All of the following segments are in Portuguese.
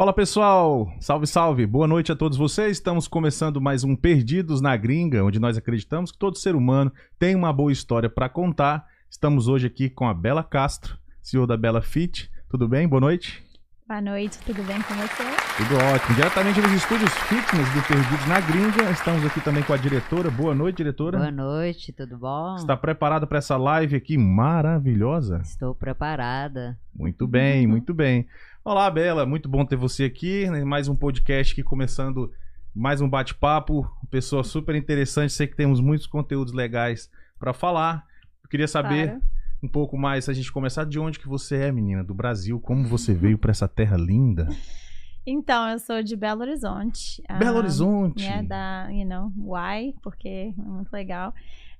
Fala pessoal, salve salve, boa noite a todos vocês. Estamos começando mais um Perdidos na Gringa, onde nós acreditamos que todo ser humano tem uma boa história para contar. Estamos hoje aqui com a Bela Castro, CEO da Bela Fit. Tudo bem? Boa noite. Boa noite, tudo bem com você? Tudo ótimo. Diretamente dos estúdios fitness do Perdidos na Gringa, estamos aqui também com a diretora. Boa noite, diretora. Boa noite, tudo bom? Está preparada para essa live aqui maravilhosa? Estou preparada. Muito bem, muito bem. Olá, Bela, muito bom ter você aqui, né? Mais um podcast aqui começando, mais um bate-papo, pessoa super interessante, sei que temos muitos conteúdos legais para falar. Eu queria saber um pouco mais, a gente começar, de onde que você é, menina, do Brasil, como você veio para essa terra linda? Então, eu sou de Belo Horizonte. Belo Horizonte? Da, Why, porque é muito legal.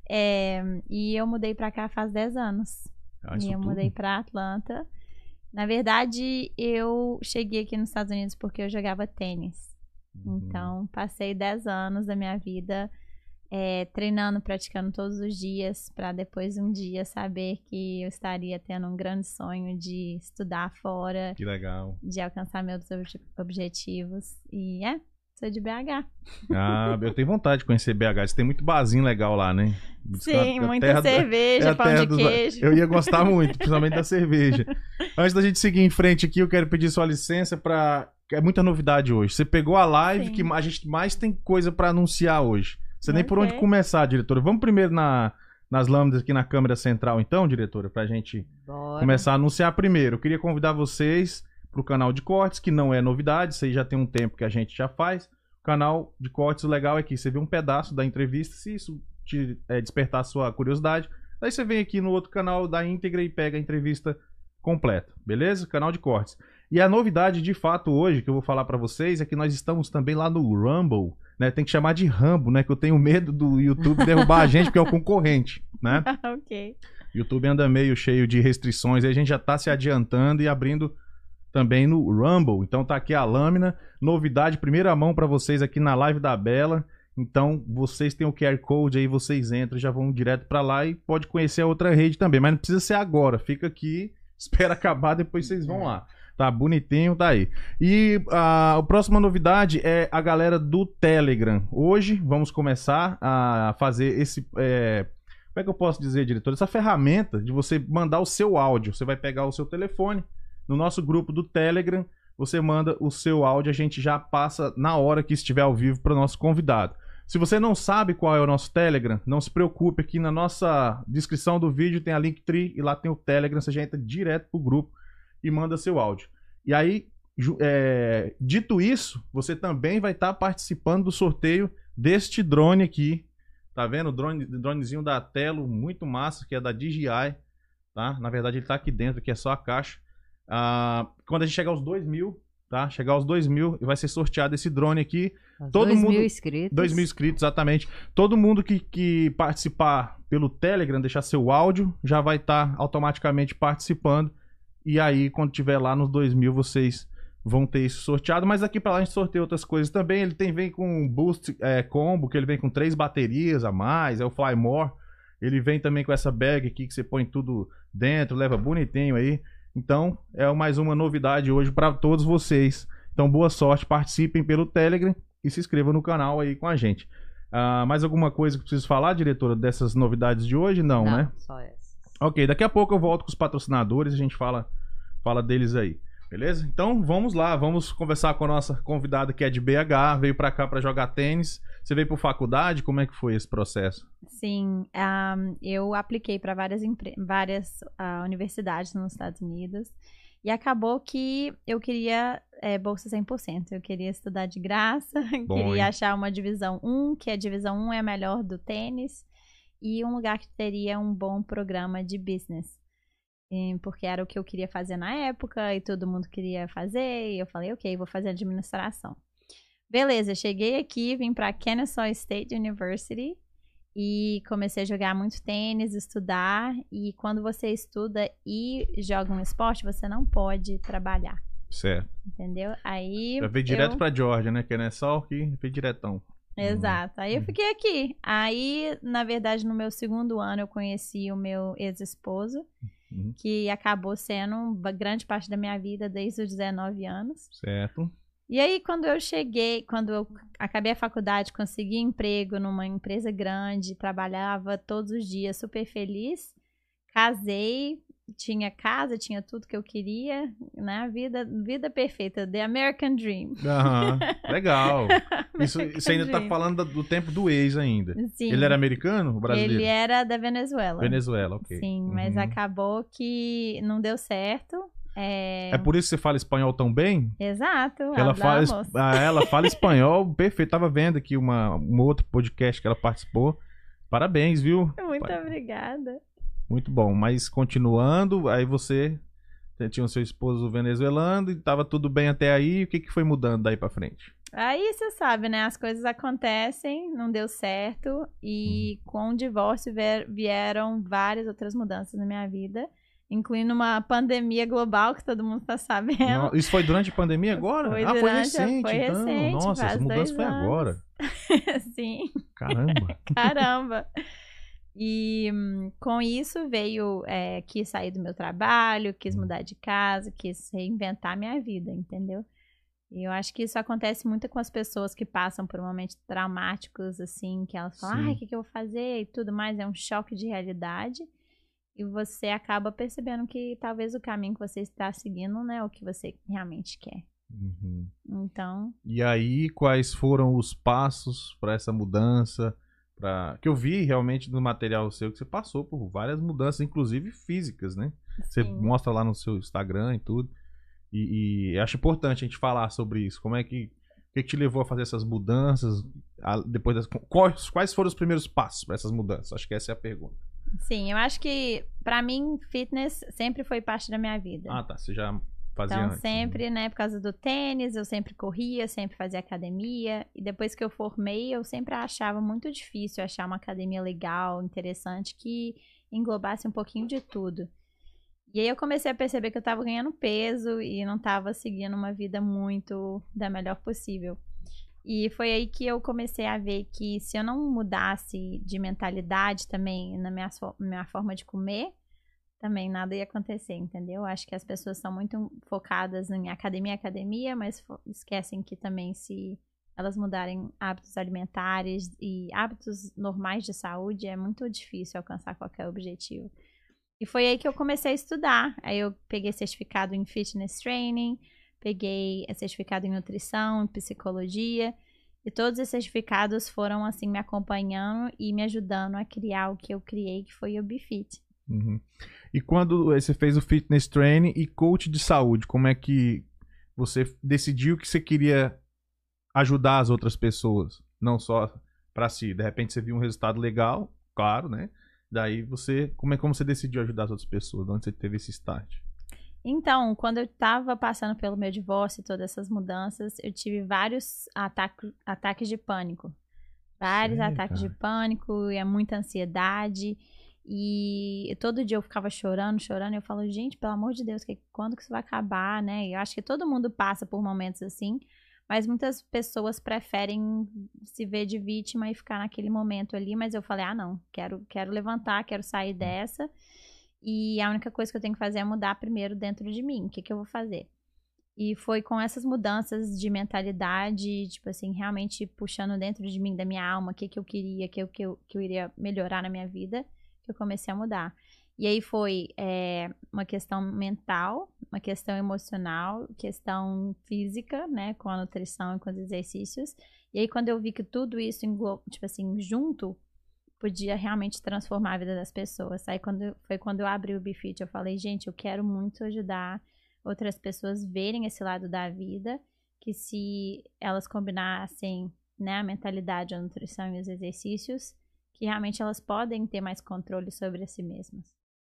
E eu mudei para cá faz 10 anos. E eu mudei para Atlanta. Na verdade, eu cheguei aqui nos Estados Unidos porque eu jogava tênis. Então, passei 10 anos da minha vida treinando, praticando todos os dias, para depois um dia saber que eu estaria tendo um grande sonho de estudar fora. Que legal. De alcançar meus objetivos. E sou de BH. Ah, eu tenho vontade de conhecer BH. Você tem muito barzinho legal lá, né? Sim, muita cerveja, pão de queijo. Eu ia gostar muito, principalmente da cerveja. Antes da gente seguir em frente aqui, eu quero pedir sua licença para... É muita novidade hoje. Você pegou a live. Sim. Que a gente mais tem coisa para anunciar hoje. Você nem por onde começar, diretora. Vamos primeiro nas lâminas aqui na câmera central, então, diretora, pra gente começar a anunciar primeiro. Eu queria convidar vocês pro canal de cortes, que não é novidade, isso aí já tem um tempo que a gente já faz. O canal de cortes, o legal é que você vê um pedaço da entrevista, se isso te despertar a sua curiosidade, daí você vem aqui no outro canal da íntegra e pega a entrevista completa, beleza? Canal de cortes. E a novidade, de fato, hoje, que eu vou falar pra vocês, é que nós estamos também lá no Rumble, né? Tem que chamar de Rambo, né? Que eu tenho medo do YouTube derrubar a gente, porque é o concorrente, né? Ok. YouTube anda meio cheio de restrições, e a gente já tá se adiantando e abrindo também no Rumble. Então tá aqui a lâmina, novidade, primeira mão pra vocês aqui na live da Bela. Então vocês têm o QR Code aí, vocês entram, já vão direto pra lá e pode conhecer a outra rede também, mas não precisa ser agora, fica aqui, espera acabar, depois vocês vão lá. Tá bonitinho, tá aí. E a próxima novidade é a galera do Telegram. Hoje vamos começar a fazer esse... como é que eu posso dizer, diretor? Essa ferramenta de você mandar o seu áudio. Você vai pegar o seu telefone, no nosso grupo do Telegram, você manda o seu áudio, a gente já passa na hora que estiver ao vivo para o nosso convidado. Se você não sabe qual é o nosso Telegram, não se preocupe, aqui na nossa descrição do vídeo tem a Linktree e lá tem o Telegram, você já entra direto pro grupo e manda seu áudio. E aí, dito isso, você também vai estar participando do sorteio deste drone aqui. Tá vendo? O dronezinho da Telo, muito massa, que é da DJI. Tá? Na verdade, ele tá aqui dentro, que é só a caixa. Quando a gente chegar aos 2.000, tá? Chegar aos 2.000, vai ser sorteado esse drone aqui. Todo 2.000 mundo, inscritos. 2.000 inscritos, exatamente. Todo mundo que participar pelo Telegram, deixar seu áudio, já vai estar automaticamente participando. E aí, quando tiver lá nos 2.000, vocês vão ter isso sorteado. Mas aqui pra lá a gente sorteia outras coisas também. Ele vem com um Boost Combo, que ele vem com 3 baterias a mais. É o Fly More. Ele vem também com essa bag aqui, que você põe tudo dentro, leva bonitinho aí. Então, é mais uma novidade hoje para todos vocês. Então, boa sorte, participem pelo Telegram e se inscrevam no canal aí com a gente. Mais alguma coisa que preciso falar, diretora, dessas novidades de hoje? Não, né? Só essa. Ok, daqui a pouco eu volto com os patrocinadores e a gente fala deles aí, beleza? Então vamos lá, vamos conversar com a nossa convidada que é de BH, veio pra cá pra jogar tênis. Você veio por faculdade? Como é que foi esse processo? Sim, eu apliquei para várias universidades nos Estados Unidos e acabou que eu queria bolsa 100%. Eu queria estudar de graça, queria achar uma divisão 1, que a divisão 1 é a melhor do tênis. E um lugar que teria um bom programa de business. Porque era o que eu queria fazer na época e todo mundo queria fazer. E eu falei, ok, vou fazer administração. Beleza, cheguei aqui, vim para Kennesaw State University e comecei a jogar muito tênis, estudar. E quando você estuda e joga um esporte, você não pode trabalhar. Certo. Entendeu? Aí já veio direto para Georgia, né? Kennesaw aqui, veio diretão. Exato, aí eu fiquei aqui. Aí, na verdade, no meu segundo ano eu conheci o meu ex-esposo que acabou sendo uma grande parte da minha vida desde os 19 anos. Certo. E aí, quando eu acabei a faculdade, consegui emprego numa empresa grande, trabalhava todos os dias super feliz, casei, tinha casa, tinha tudo que eu queria, né? Vida perfeita, the American Dream. Legal. Você ainda tá falando do tempo do ex ainda. Sim. Ele era americano ou brasileiro? Ele era da Venezuela. Venezuela, ok. Sim, mas acabou que não deu certo. É por isso que você fala espanhol tão bem? Exato. Ela fala espanhol perfeito. Tava vendo aqui um outro podcast que ela participou. Parabéns, viu? Muito obrigada. Muito bom. Mas continuando, aí você tinha o seu esposo venezuelano e tava tudo bem até aí. O que foi mudando daí pra frente? Aí você sabe, né? As coisas acontecem, não deu certo. E com o divórcio vieram várias outras mudanças na minha vida. Incluindo uma pandemia global que todo mundo tá sabendo. Isso foi durante a pandemia agora? Foi recente, foi então. Recente, Nossa, essa mudança foi agora. Sim. Caramba. E com isso veio, quis sair do meu trabalho, quis mudar de casa, quis reinventar minha vida, entendeu? E eu acho que isso acontece muito com as pessoas que passam por momentos traumáticos, assim, que elas falam, o que eu vou fazer e tudo mais, é um choque de realidade. E você acaba percebendo que talvez o caminho que você está seguindo não é o que você realmente quer. Então... E aí, quais foram os passos para essa mudança? Que eu vi realmente no material seu que você passou por várias mudanças, inclusive físicas, né? Sim. Você mostra lá no seu Instagram e tudo. E acho importante a gente falar sobre isso. Como é que... O que te levou a fazer essas mudanças? Depois quais foram os primeiros passos para essas mudanças? Acho que essa é a pergunta. Sim, eu acho que pra mim fitness sempre foi parte da minha vida. Ah, tá. Você já fazia então, antes, sempre, né, por causa do tênis, eu sempre corria, sempre fazia academia. E depois que eu formei, eu sempre achava muito difícil achar uma academia legal, interessante, que englobasse um pouquinho de tudo. E aí eu comecei a perceber que eu tava ganhando peso e não tava seguindo uma vida muito da melhor possível. E foi aí que eu comecei a ver que se eu não mudasse de mentalidade também na minha forma de comer, também nada ia acontecer, entendeu? Acho que as pessoas são muito focadas em academia, mas esquecem que também se elas mudarem hábitos alimentares e hábitos normais de saúde, é muito difícil alcançar qualquer objetivo. E foi aí que eu comecei a estudar. Aí eu peguei certificado em fitness training, peguei certificado em nutrição, em psicologia, e todos esses certificados foram, assim, me acompanhando e me ajudando a criar o que eu criei, que foi o BeFit. E quando você fez o fitness training e coach de saúde, como é que você decidiu que você queria ajudar as outras pessoas, não só para si? De repente você viu um resultado legal, claro, né? Daí como você decidiu ajudar as outras pessoas? De onde você teve esse start? Então, quando eu tava passando pelo meu divórcio e todas essas mudanças, eu tive vários ataques de pânico. Vários ataques de pânico e muita ansiedade. E todo dia eu ficava chorando, e eu falo, gente, pelo amor de Deus, quando que isso vai acabar, né? Eu acho que todo mundo passa por momentos assim, mas muitas pessoas preferem se ver de vítima e ficar naquele momento ali. Mas eu falei, não, quero levantar, quero sair dessa. E a única coisa que eu tenho que fazer é mudar primeiro dentro de mim. O que eu vou fazer? E foi com essas mudanças de mentalidade, tipo assim, realmente puxando dentro de mim, da minha alma, o que eu queria, que eu iria melhorar na minha vida, que eu comecei a mudar. E aí foi uma questão mental, uma questão emocional, questão física, né, com a nutrição e com os exercícios. E aí quando eu vi que tudo isso, tipo assim, junto, podia realmente transformar a vida das pessoas. Aí foi quando eu abri o BeFit, eu falei, gente, eu quero muito ajudar outras pessoas verem esse lado da vida, que se elas combinassem, né, a mentalidade, a nutrição e os exercícios, que realmente elas podem ter mais controle sobre si mesmas.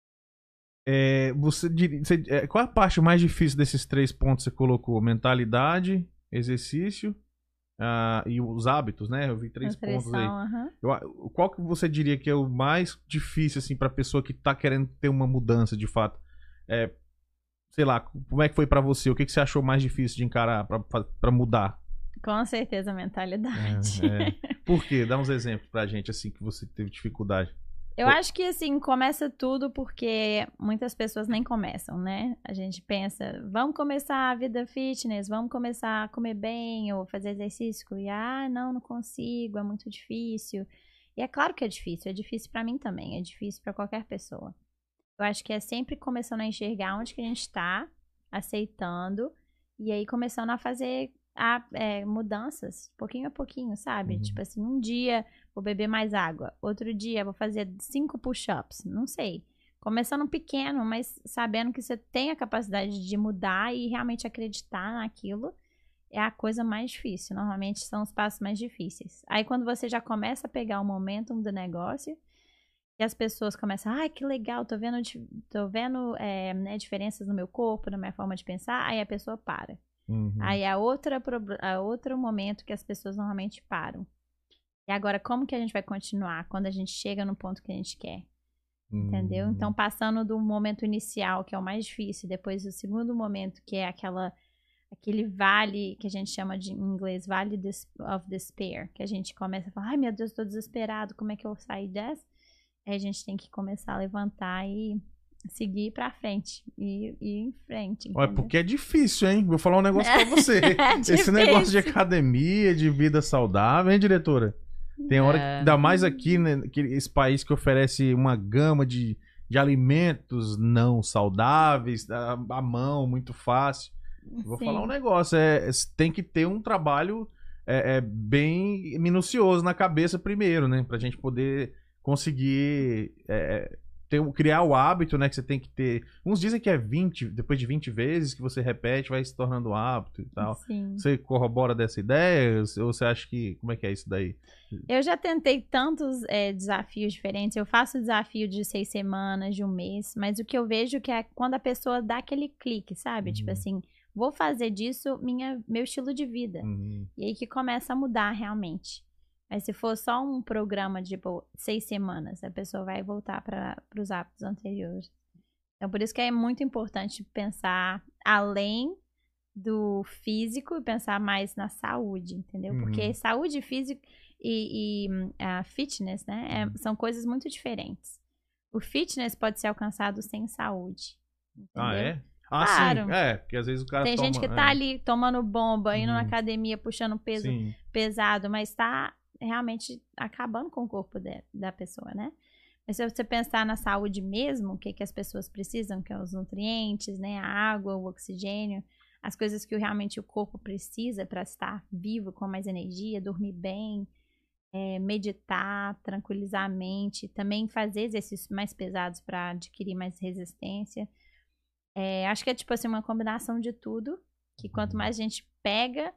Qual a parte mais difícil desses 3 pontos que você colocou? Mentalidade, exercício e os hábitos, né? Eu vi 3 pontos aí. Qual que você diria que é o mais difícil, assim, pra pessoa que tá querendo ter uma mudança, de fato? Sei lá, como é que foi pra você? O que você achou mais difícil de encarar pra mudar? Com certeza a mentalidade. Por quê? Dá uns exemplos pra gente, assim, que você teve dificuldade. Eu acho que, assim, começa tudo porque muitas pessoas nem começam, né? A gente pensa, vamos começar a vida fitness, vamos começar a comer bem ou fazer exercício. E, não consigo, é muito difícil. E é claro que é difícil pra mim também, é difícil pra qualquer pessoa. Eu acho que é sempre começando a enxergar onde que a gente tá, aceitando, e aí começando a fazer mudanças, pouquinho a pouquinho, sabe? Tipo assim, um dia vou beber mais água, outro dia vou fazer 5 push-ups, não sei. Começando pequeno, mas sabendo que você tem a capacidade de mudar e realmente acreditar naquilo, é a coisa mais difícil. Normalmente são os passos mais difíceis. Aí quando você já começa a pegar o momentum do negócio, e as pessoas começam, que legal, tô vendo diferenças no meu corpo, na minha forma de pensar, aí a pessoa para. Aí é outro momento que as pessoas normalmente param. E agora, como que a gente vai continuar quando a gente chega no ponto que a gente quer? Entendeu? Então, passando do momento inicial, que é o mais difícil, depois do segundo momento, que é aquele vale que a gente chama de, em inglês, Vale of Despair, que a gente começa a falar, ai meu Deus, tô desesperado, como é que eu vou sair dessa? Aí a gente tem que começar a levantar e seguir pra frente. E ir em frente. Olha, porque é difícil, hein? Vou falar um negócio pra você. Esse negócio de academia, de vida saudável, hein, diretora? Tem hora que, ainda mais aqui, né, esse país que oferece uma gama de alimentos não saudáveis, à mão, muito fácil. Vou falar um negócio, tem que ter um trabalho bem minucioso na cabeça primeiro, né? Pra gente poder conseguir criar o hábito, né? Que você tem que ter. Uns dizem que é 20, depois de 20 vezes que você repete, vai se tornando hábito e tal. Sim. Você corrobora dessa ideia? Ou você acha que. Como é que é isso daí? Eu já tentei tantos desafios diferentes. Eu faço desafio de 6 semanas, de um mês, mas o que eu vejo que é quando a pessoa dá aquele clique, sabe? Tipo assim, vou fazer disso meu estilo de vida. E aí que começa a mudar realmente. Mas se for só um programa de 6 semanas, a pessoa vai voltar para os hábitos anteriores. Então, por isso que é muito importante pensar além do físico e pensar mais na saúde, entendeu? Porque saúde física e a fitness, né, são coisas muito diferentes. O fitness pode ser alcançado sem saúde, entendeu? É? Claro. Sim. Porque às vezes o cara tem gente que tá ali tomando bomba, indo na academia, puxando peso Sim. pesado, mas tá realmente acabando com o corpo da pessoa, né? Mas se você pensar na saúde mesmo, o que as pessoas precisam, que é os nutrientes, né? A água, o oxigênio, as coisas que realmente o corpo precisa para estar vivo, com mais energia, dormir bem, meditar, tranquilizar a mente, também fazer exercícios mais pesados para adquirir mais resistência. Acho que é tipo assim, uma combinação de tudo, que quanto mais a gente pega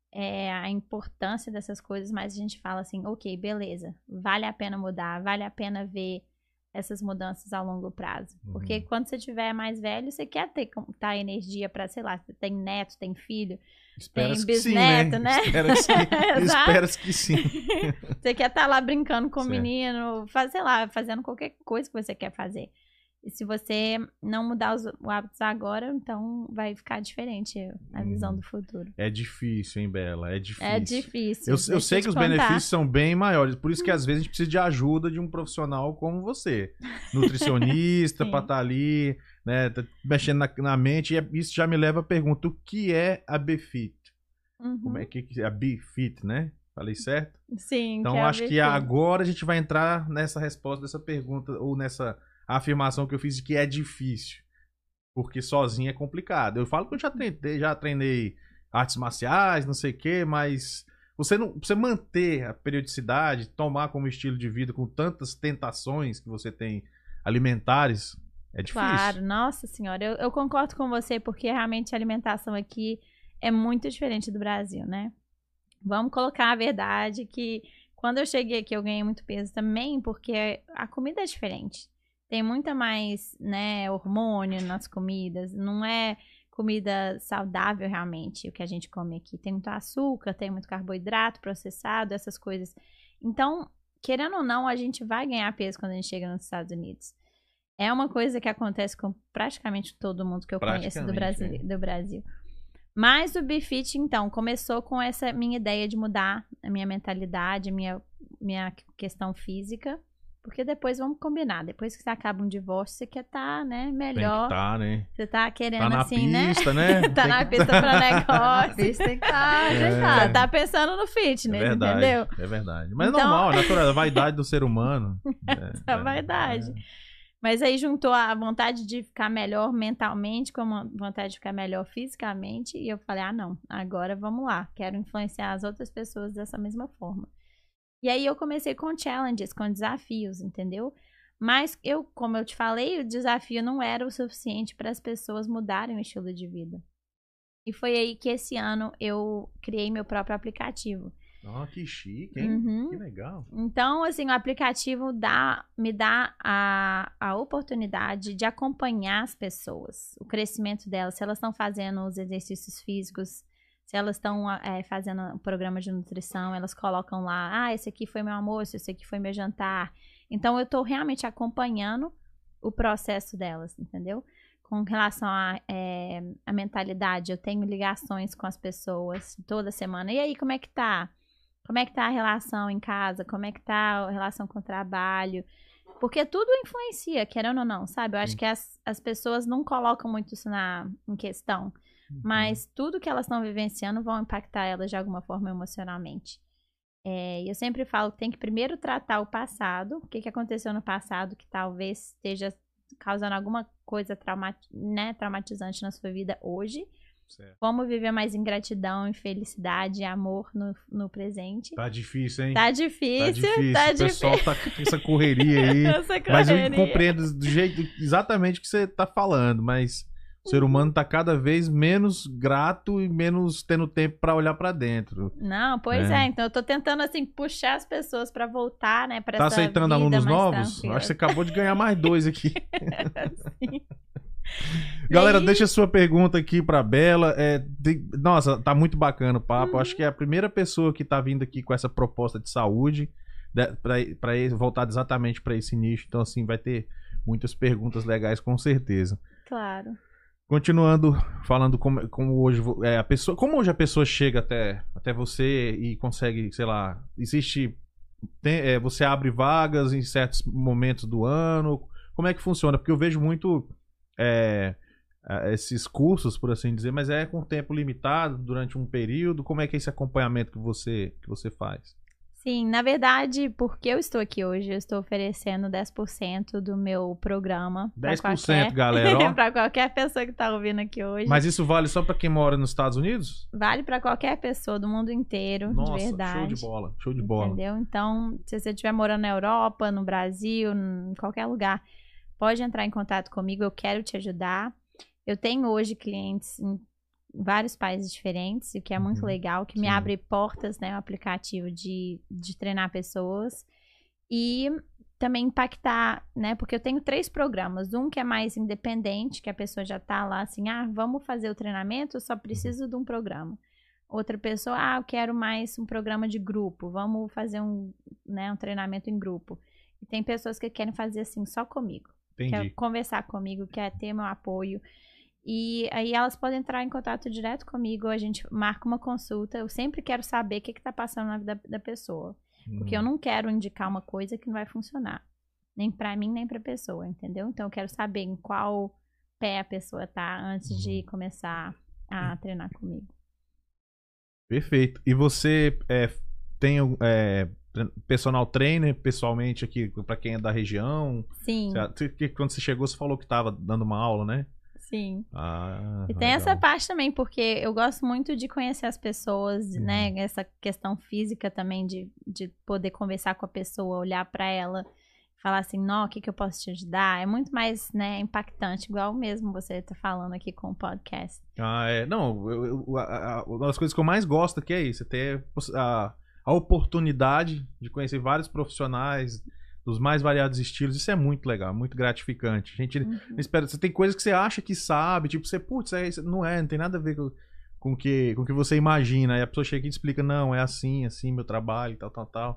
a importância dessas coisas, mais a gente fala assim, ok, beleza, vale a pena mudar, vale a pena ver essas mudanças a longo prazo. Porque quando você tiver mais velho, você quer ter energia para, sei lá, você tem neto, tem filho, tem bisneto, né? Esperas que sim. Você quer estar lá brincando com o menino, sei lá, fazendo qualquer coisa que você quer fazer. E se você não mudar os hábitos agora, então vai ficar diferente a visão do futuro. É difícil, hein, Bela? É difícil. É difícil. Eu sei que os benefícios são bem maiores. Por isso que às vezes a gente precisa de ajuda de um profissional como você. Nutricionista, pra estar ali, né? Tá mexendo na mente. E isso já me leva à pergunta: o que é a BFit? Como é que é a BFit, né? Falei certo? Sim. Então acho que agora a gente vai entrar nessa resposta dessa pergunta, ou nessa a afirmação que eu fiz de que é difícil, porque sozinho é complicado. Eu falo que eu já treinei artes marciais, não sei o quê, mas você manter a periodicidade, tomar como estilo de vida com tantas tentações que você tem alimentares, é difícil. Claro, nossa senhora, eu concordo com você, porque realmente a alimentação aqui é muito diferente do Brasil, né? Vamos colocar a verdade que quando eu cheguei aqui eu ganhei muito peso também, porque a comida é diferente. Tem muita mais, né, hormônio nas comidas. Não é comida saudável realmente o que a gente come aqui. Tem muito açúcar, tem muito carboidrato processado, essas coisas. Então, querendo ou não, a gente vai ganhar peso quando a gente chega nos Estados Unidos. É uma coisa que acontece com praticamente todo mundo que eu conheço do Brasil. Mas o BFit, então, começou com essa minha ideia de mudar a minha mentalidade, a minha questão física. Porque depois, vamos combinar, depois que você acaba um divórcio, você quer estar, né, melhor. Tem que tá, né? Você tá querendo, Tá na assim, pista, né? Tá na pista pra negócio. Pista tem que estar Você ajeitado. tá pensando no fitness, É verdade, entendeu? é verdade. Mas Então- é normal, é natural, a vaidade do ser humano. A vaidade. Mas aí juntou a vontade de ficar melhor mentalmente com a vontade de ficar melhor fisicamente. E eu falei, não, agora vamos lá. Quero influenciar as outras pessoas dessa mesma forma. E aí eu comecei com challenges, com desafios, entendeu? Mas como eu te falei, o desafio não era o suficiente para as pessoas mudarem o estilo de vida. E foi aí que esse ano eu criei meu próprio aplicativo. Que chique, hein? Uhum. Que legal. Então, assim, o aplicativo me dá a oportunidade de acompanhar as pessoas, o crescimento delas, se elas estão fazendo os exercícios físicos, se elas estão fazendo um programa de nutrição, elas colocam lá, esse aqui foi meu almoço, esse aqui foi meu jantar. Então, eu estou realmente acompanhando o processo delas, entendeu? Com relação à mentalidade, eu tenho ligações com as pessoas toda semana. E aí, como é que tá? Como é que tá a relação em casa? Como é que tá a relação com o trabalho? Porque tudo influencia, querendo ou não, sabe? Eu acho que as pessoas não colocam muito isso em questão. Mas tudo que elas estão vivenciando vão impactar elas de alguma forma emocionalmente. E eu sempre falo que tem que primeiro tratar o passado. O que aconteceu no passado que talvez esteja causando alguma coisa traumatizante na sua vida hoje. Certo. Como viver mais em gratidão, em felicidade e amor no presente. Tá difícil, hein? Tá difícil. O pessoal tá com essa correria aí. Mas eu compreendo do jeito exatamente que você tá falando, mas o ser humano tá cada vez menos grato e menos tendo tempo pra olhar pra dentro. Não, pois então eu tô tentando assim puxar as pessoas pra voltar, né, pra tá essa aceitando vida alunos mais novos? tranquila. Acho que você acabou de ganhar mais 2 aqui. Sim. Galera, aí... deixa a sua pergunta aqui pra Bela. Nossa, tá muito bacana o papo. Acho que é a primeira pessoa que tá vindo aqui com essa proposta de saúde pra voltar exatamente pra esse nicho. Então, assim, vai ter muitas perguntas legais, com certeza. Claro. Continuando, falando como hoje a pessoa chega até você e consegue, sei lá, você abre vagas em certos momentos do ano. Como é que funciona? Porque eu vejo muito esses cursos, por assim dizer, mas é com tempo limitado, durante um período. Como é que é esse acompanhamento que você faz? Sim, na verdade, porque eu estou aqui hoje, eu estou oferecendo 10% do meu programa. 10%, galera. Para qualquer pessoa que está ouvindo aqui hoje. Mas isso vale só para quem mora nos Estados Unidos? Vale para qualquer pessoa do mundo inteiro, Nossa, de verdade. show de bola, show de bola. Entendeu? Então, se você estiver morando na Europa, no Brasil, em qualquer lugar, pode entrar em contato comigo, eu quero te ajudar. Eu tenho hoje clientes em vários países diferentes, o que é muito legal, que me abre portas, né, o aplicativo de treinar pessoas e também impactar, né, porque eu tenho 3 programas, um que é mais independente, que a pessoa já tá lá assim, vamos fazer o treinamento, eu só preciso de um programa. Outra pessoa, eu quero mais um programa de grupo, vamos fazer um treinamento em grupo. E tem pessoas que querem fazer assim, só comigo. Entendi. Quer conversar comigo, quer ter meu apoio. E aí elas podem entrar em contato direto comigo, a gente marca uma consulta. Eu sempre quero saber o que tá passando na vida da pessoa. Porque eu não quero indicar uma coisa que não vai funcionar. Nem pra mim, nem pra pessoa, entendeu? Então eu quero saber em qual pé a pessoa tá antes de começar a treinar comigo. Perfeito. E você tem personal trainer pessoalmente aqui pra quem é da região? Sim. Quando você chegou, você falou que tava dando uma aula, né? Sim. E legal. tem essa parte também, porque eu gosto muito de conhecer as pessoas, né? Essa questão física também, de poder conversar com a pessoa, olhar pra ela, falar assim, o que eu posso te ajudar? É muito mais, né, impactante, igual mesmo você tá falando aqui com o podcast. Não, uma das coisas que eu mais gosto aqui é isso, ter a oportunidade de conhecer vários profissionais dos mais variados estilos. Isso é muito legal, muito gratificante. A gente espera, você tem coisas que você acha que sabe, tipo, você, não tem nada a ver com o que você imagina. Aí a pessoa chega e explica, não, é assim, meu trabalho, tal.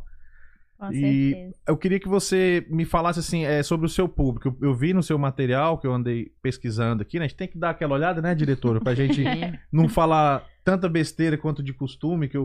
Com certeza. Eu queria que você me falasse assim, sobre o seu público. Eu vi no seu material, que eu andei pesquisando aqui, né? A gente tem que dar aquela olhada, né, diretora? Pra gente não falar tanta besteira quanto de costume, que eu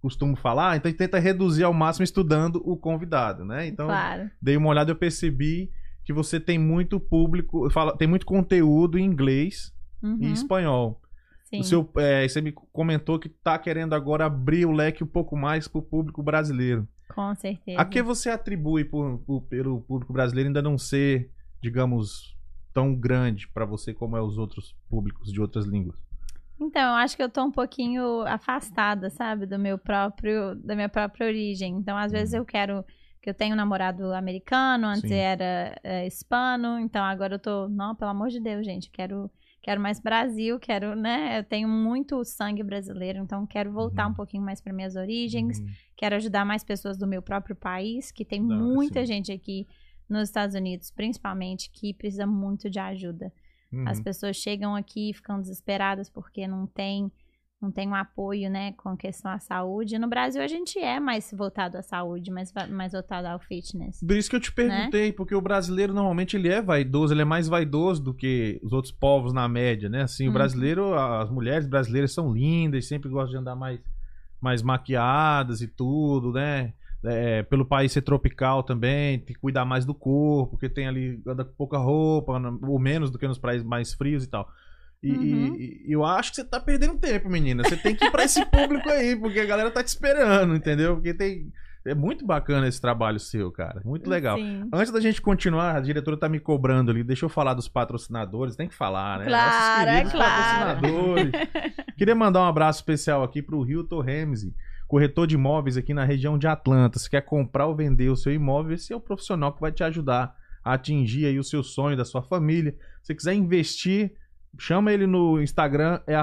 costumo falar, então a gente tenta reduzir ao máximo estudando o convidado, né? Então, Claro. dei uma olhada e eu percebi que você tem muito público, tem muito conteúdo em inglês e espanhol. Sim. Você me comentou que tá querendo agora abrir o leque um pouco mais pro público brasileiro. Com certeza. A que você atribui pelo público brasileiro ainda não ser, digamos, tão grande para você como é os outros públicos de outras línguas? Então, eu acho que eu tô um pouquinho afastada, sabe, da minha própria origem. Então, às vezes eu tenho um namorado americano, antes Sim. era hispano, então agora eu tô, não, pelo amor de Deus, gente, quero mais Brasil, né, eu tenho muito sangue brasileiro, então quero voltar um pouquinho mais para minhas origens, quero ajudar mais pessoas do meu próprio país, que tem muita gente aqui nos Estados Unidos, principalmente, que precisa muito de ajuda. As pessoas chegam aqui e ficam desesperadas porque não tem um apoio, né, com a questão à saúde. No Brasil, a gente é mais voltado à saúde, mais voltado ao fitness. Por isso que eu te perguntei, porque o brasileiro, normalmente, ele é vaidoso, ele é mais vaidoso do que os outros povos na média, né? Assim, o brasileiro, as mulheres brasileiras são lindas, sempre gostam de andar mais maquiadas e tudo, né? Pelo país ser tropical também, tem que cuidar mais do corpo, porque tem ali, anda com pouca roupa, ou menos do que nos países mais frios e tal. E eu acho que você tá perdendo tempo, menina. Você tem que ir pra esse público aí, porque a galera tá te esperando, entendeu? Porque é muito bacana esse trabalho seu, cara. Muito legal. Sim. Antes da gente continuar, a diretora tá me cobrando ali. Deixa eu falar dos patrocinadores. Tem que falar, né? Claro, Nossos queridos claro. patrocinadores. Queria mandar um abraço especial aqui pro Hilton Ramsey, corretor de imóveis aqui na região de Atlanta. Se quer comprar ou vender o seu imóvel, esse é o profissional que vai te ajudar a atingir aí o seu sonho da sua família. Se você quiser investir, chama ele no Instagram, é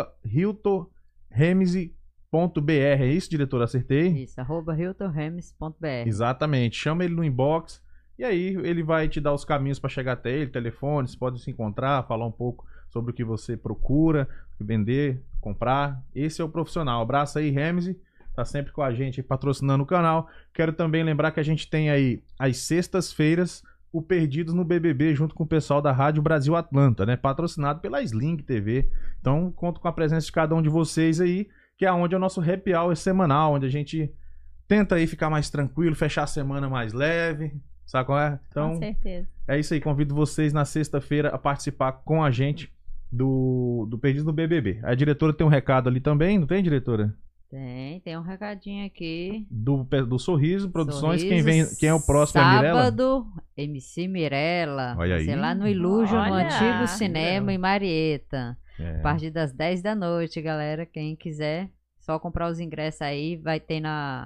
@hiltonramsey.br. É isso, diretor? Acertei? Isso, @hiltonramsey.br. Exatamente. Chama ele no inbox e aí ele vai te dar os caminhos para chegar até ele, telefone, vocês podem se encontrar, falar um pouco sobre o que você procura, vender, comprar. Esse é o profissional. Abraço aí, Ramsey. Tá sempre com a gente patrocinando o canal. Quero também lembrar que a gente tem aí às sextas-feiras o Perdidos no BBB junto com o pessoal da Rádio Brasil Atlanta, né? Patrocinado pela Sling TV. Então, conto com a presença de cada um de vocês aí, que é onde é o nosso happy hour semanal, onde a gente tenta aí ficar mais tranquilo, fechar a semana mais leve, sabe qual é? Então, com certeza. É isso aí, convido vocês na sexta-feira a participar com a gente do Perdidos no BBB. A diretora tem um recado ali também, não tem, diretora? Tem um recadinho aqui. Do Sorriso Produções, Sorriso, quem é o próximo? É Mirella? Sábado, MC Mirella. Olha aí. Sei lá no Illusion, no Olha. antigo cinema em Marieta. É. A partir das 10 da noite, galera. Quem quiser, só comprar os ingressos aí. Vai ter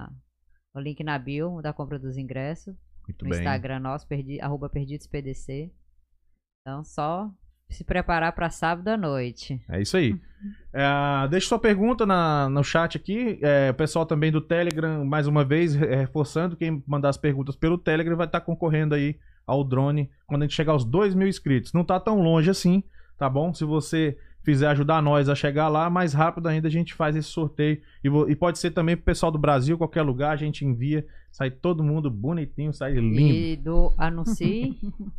o link na bio da compra dos ingressos. Muito No bem. Instagram nosso, @perdidospdc. Então, só se preparar para sábado à noite. É isso aí. Deixa sua pergunta no chat aqui. O pessoal também do Telegram, mais uma vez, reforçando, quem mandar as perguntas pelo Telegram vai estar concorrendo aí ao drone quando a gente chegar aos 2.000 inscritos. Não tá tão longe assim, tá bom? Se você fizer ajudar nós a chegar lá, mais rápido ainda a gente faz esse sorteio. E pode ser também pro pessoal do Brasil, qualquer lugar, a gente envia. Sai todo mundo bonitinho, sai lindo. E do Anuncie.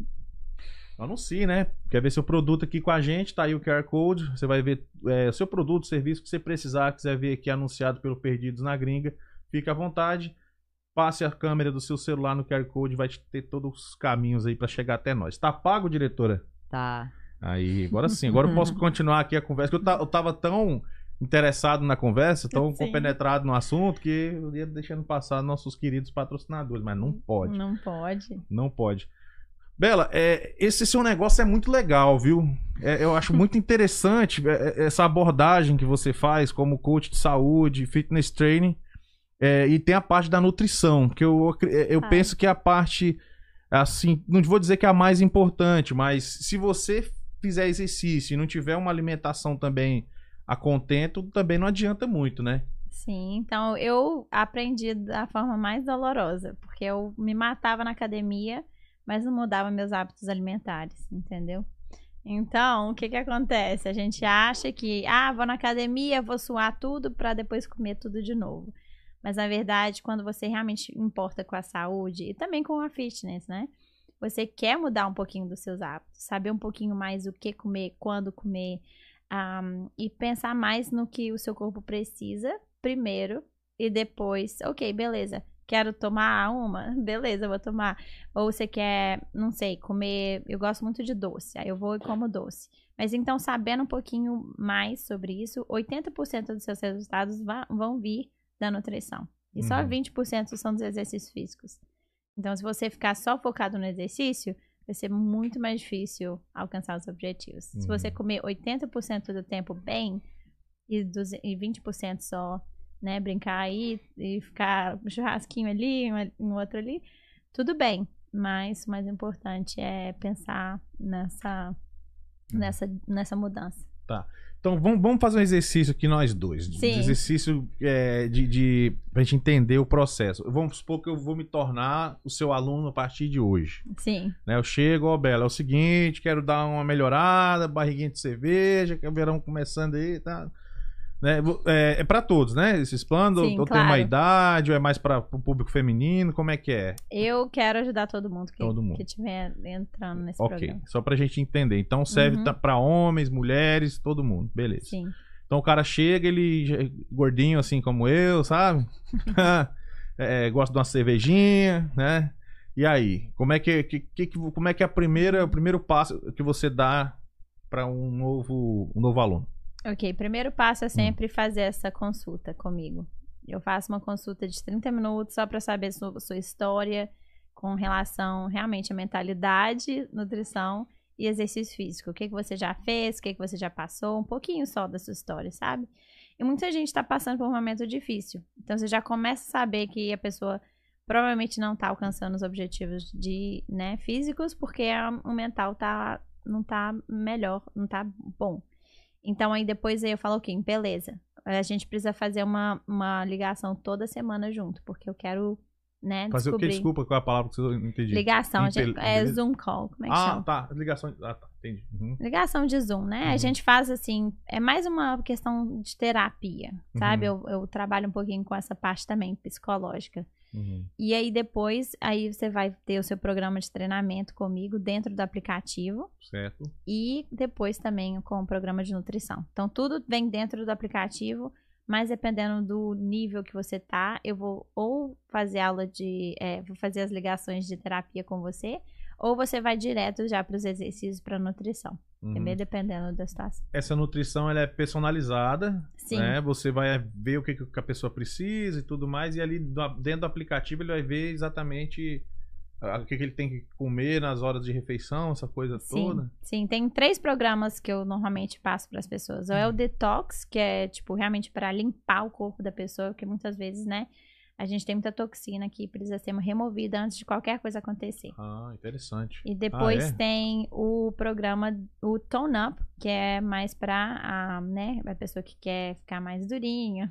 Anuncie, né? Quer ver seu produto aqui com a gente? Tá aí o QR Code. Você vai ver o seu produto, serviço que você precisar, quiser ver aqui anunciado pelo Perdidos na Gringa. Fique à vontade. Passe a câmera do seu celular no QR Code, vai ter todos os caminhos aí pra chegar até nós. Tá pago, diretora? Tá. Aí, agora sim. Agora eu posso continuar aqui a conversa. Eu tava tão interessado na conversa, tão Sim. compenetrado no assunto, que eu ia deixando passar nossos queridos patrocinadores. Mas não pode. Não pode. Não pode. Bela, esse seu negócio é muito legal, viu? Eu acho muito interessante essa abordagem que você faz como coach de saúde, fitness training, e tem a parte da nutrição, que eu penso que é a parte, assim, não vou dizer que é a mais importante, mas se você fizer exercício e não tiver uma alimentação também a contento, também não adianta muito, né? Sim, então eu aprendi da forma mais dolorosa, porque eu me matava na academia, mas não mudava meus hábitos alimentares, entendeu? Então, o que que acontece? A gente acha que, vou na academia, vou suar tudo para depois comer tudo de novo. Mas, na verdade, quando você realmente importa com a saúde e também com a fitness, né? Você quer mudar um pouquinho dos seus hábitos, saber um pouquinho mais o que comer, quando comer, e pensar mais no que o seu corpo precisa, primeiro, e depois, ok, beleza. Quero tomar uma? Beleza, eu vou tomar. Ou você quer, não sei, comer... Eu gosto muito de doce, aí eu vou e como doce. Mas então, sabendo um pouquinho mais sobre isso, 80% dos seus resultados vão vir da nutrição. E só 20% são dos exercícios físicos. Então, se você ficar só focado no exercício, vai ser muito mais difícil alcançar os objetivos. Se você comer 80% do tempo bem e 20% só, né, brincar aí e ficar um churrasquinho ali, um outro ali, tudo bem. Mas o mais importante é pensar nessa mudança. Tá. Então, vamos fazer um exercício aqui nós dois. Sim. Um exercício pra gente entender o processo. Vamos supor que eu vou me tornar o seu aluno a partir de hoje. Sim. Né? Eu chego, ó, Bela, é o seguinte, quero dar uma melhorada, barriguinha de cerveja, que é o verão começando aí, tá? Né? É para todos, né? Esses planos? Sim, ou claro. tem uma idade, ou é mais para o público feminino? Como é que é? Eu quero ajudar todo mundo que estiver entrando nesse programa. Ok, só pra gente entender. Então serve para homens, mulheres, todo mundo. Beleza. Sim. Então o cara chega, ele gordinho assim como eu, sabe? Gosta de uma cervejinha, né? E aí? Como é que é o primeiro passo que você dá para um novo aluno? Ok, primeiro passo é sempre fazer essa consulta comigo. Eu faço uma consulta de 30 minutos só para saber sua história com relação realmente à mentalidade, nutrição e exercício físico. O que você já fez, o que você já passou, um pouquinho só da sua história, sabe? E muita gente está passando por um momento difícil. Então você já começa a saber que a pessoa provavelmente não está alcançando os objetivos físicos porque o mental não tá melhor, não tá bom. Então, aí depois eu falo, ok, beleza. A gente precisa fazer uma ligação toda semana junto, porque eu quero, né, fazer descobrir. o quê? Desculpa, qual é a palavra que você não entendi? Ligação, Zoom call, como é que chama? Tá, ligação, tá, entendi. Ligação de Zoom, né? A gente faz assim, é mais uma questão de terapia, sabe? Eu trabalho um pouquinho com essa parte também, psicológica. E aí depois, você vai ter o seu programa de treinamento comigo dentro do aplicativo. Certo. E depois também com o programa de nutrição. Então tudo vem dentro do aplicativo, mas dependendo do nível que você tá, eu vou ou fazer vou fazer as ligações de terapia com você, ou você vai direto já para os exercícios para nutrição. Também dependendo da situação. Essa nutrição ela é personalizada, Sim. Né? Você vai ver o que a pessoa precisa e tudo mais, e ali dentro do aplicativo ele vai ver exatamente o que ele tem que comer nas horas de refeição, essa coisa toda. Sim, tem 3 programas que eu normalmente passo para as pessoas. Ou é o detox, que é tipo realmente para limpar o corpo da pessoa, porque muitas vezes, né, a gente tem muita toxina que precisa ser removida antes de qualquer coisa acontecer. Ah, interessante. E depois tem o programa, o Tone Up, que é mais pra a pessoa que quer ficar mais durinha,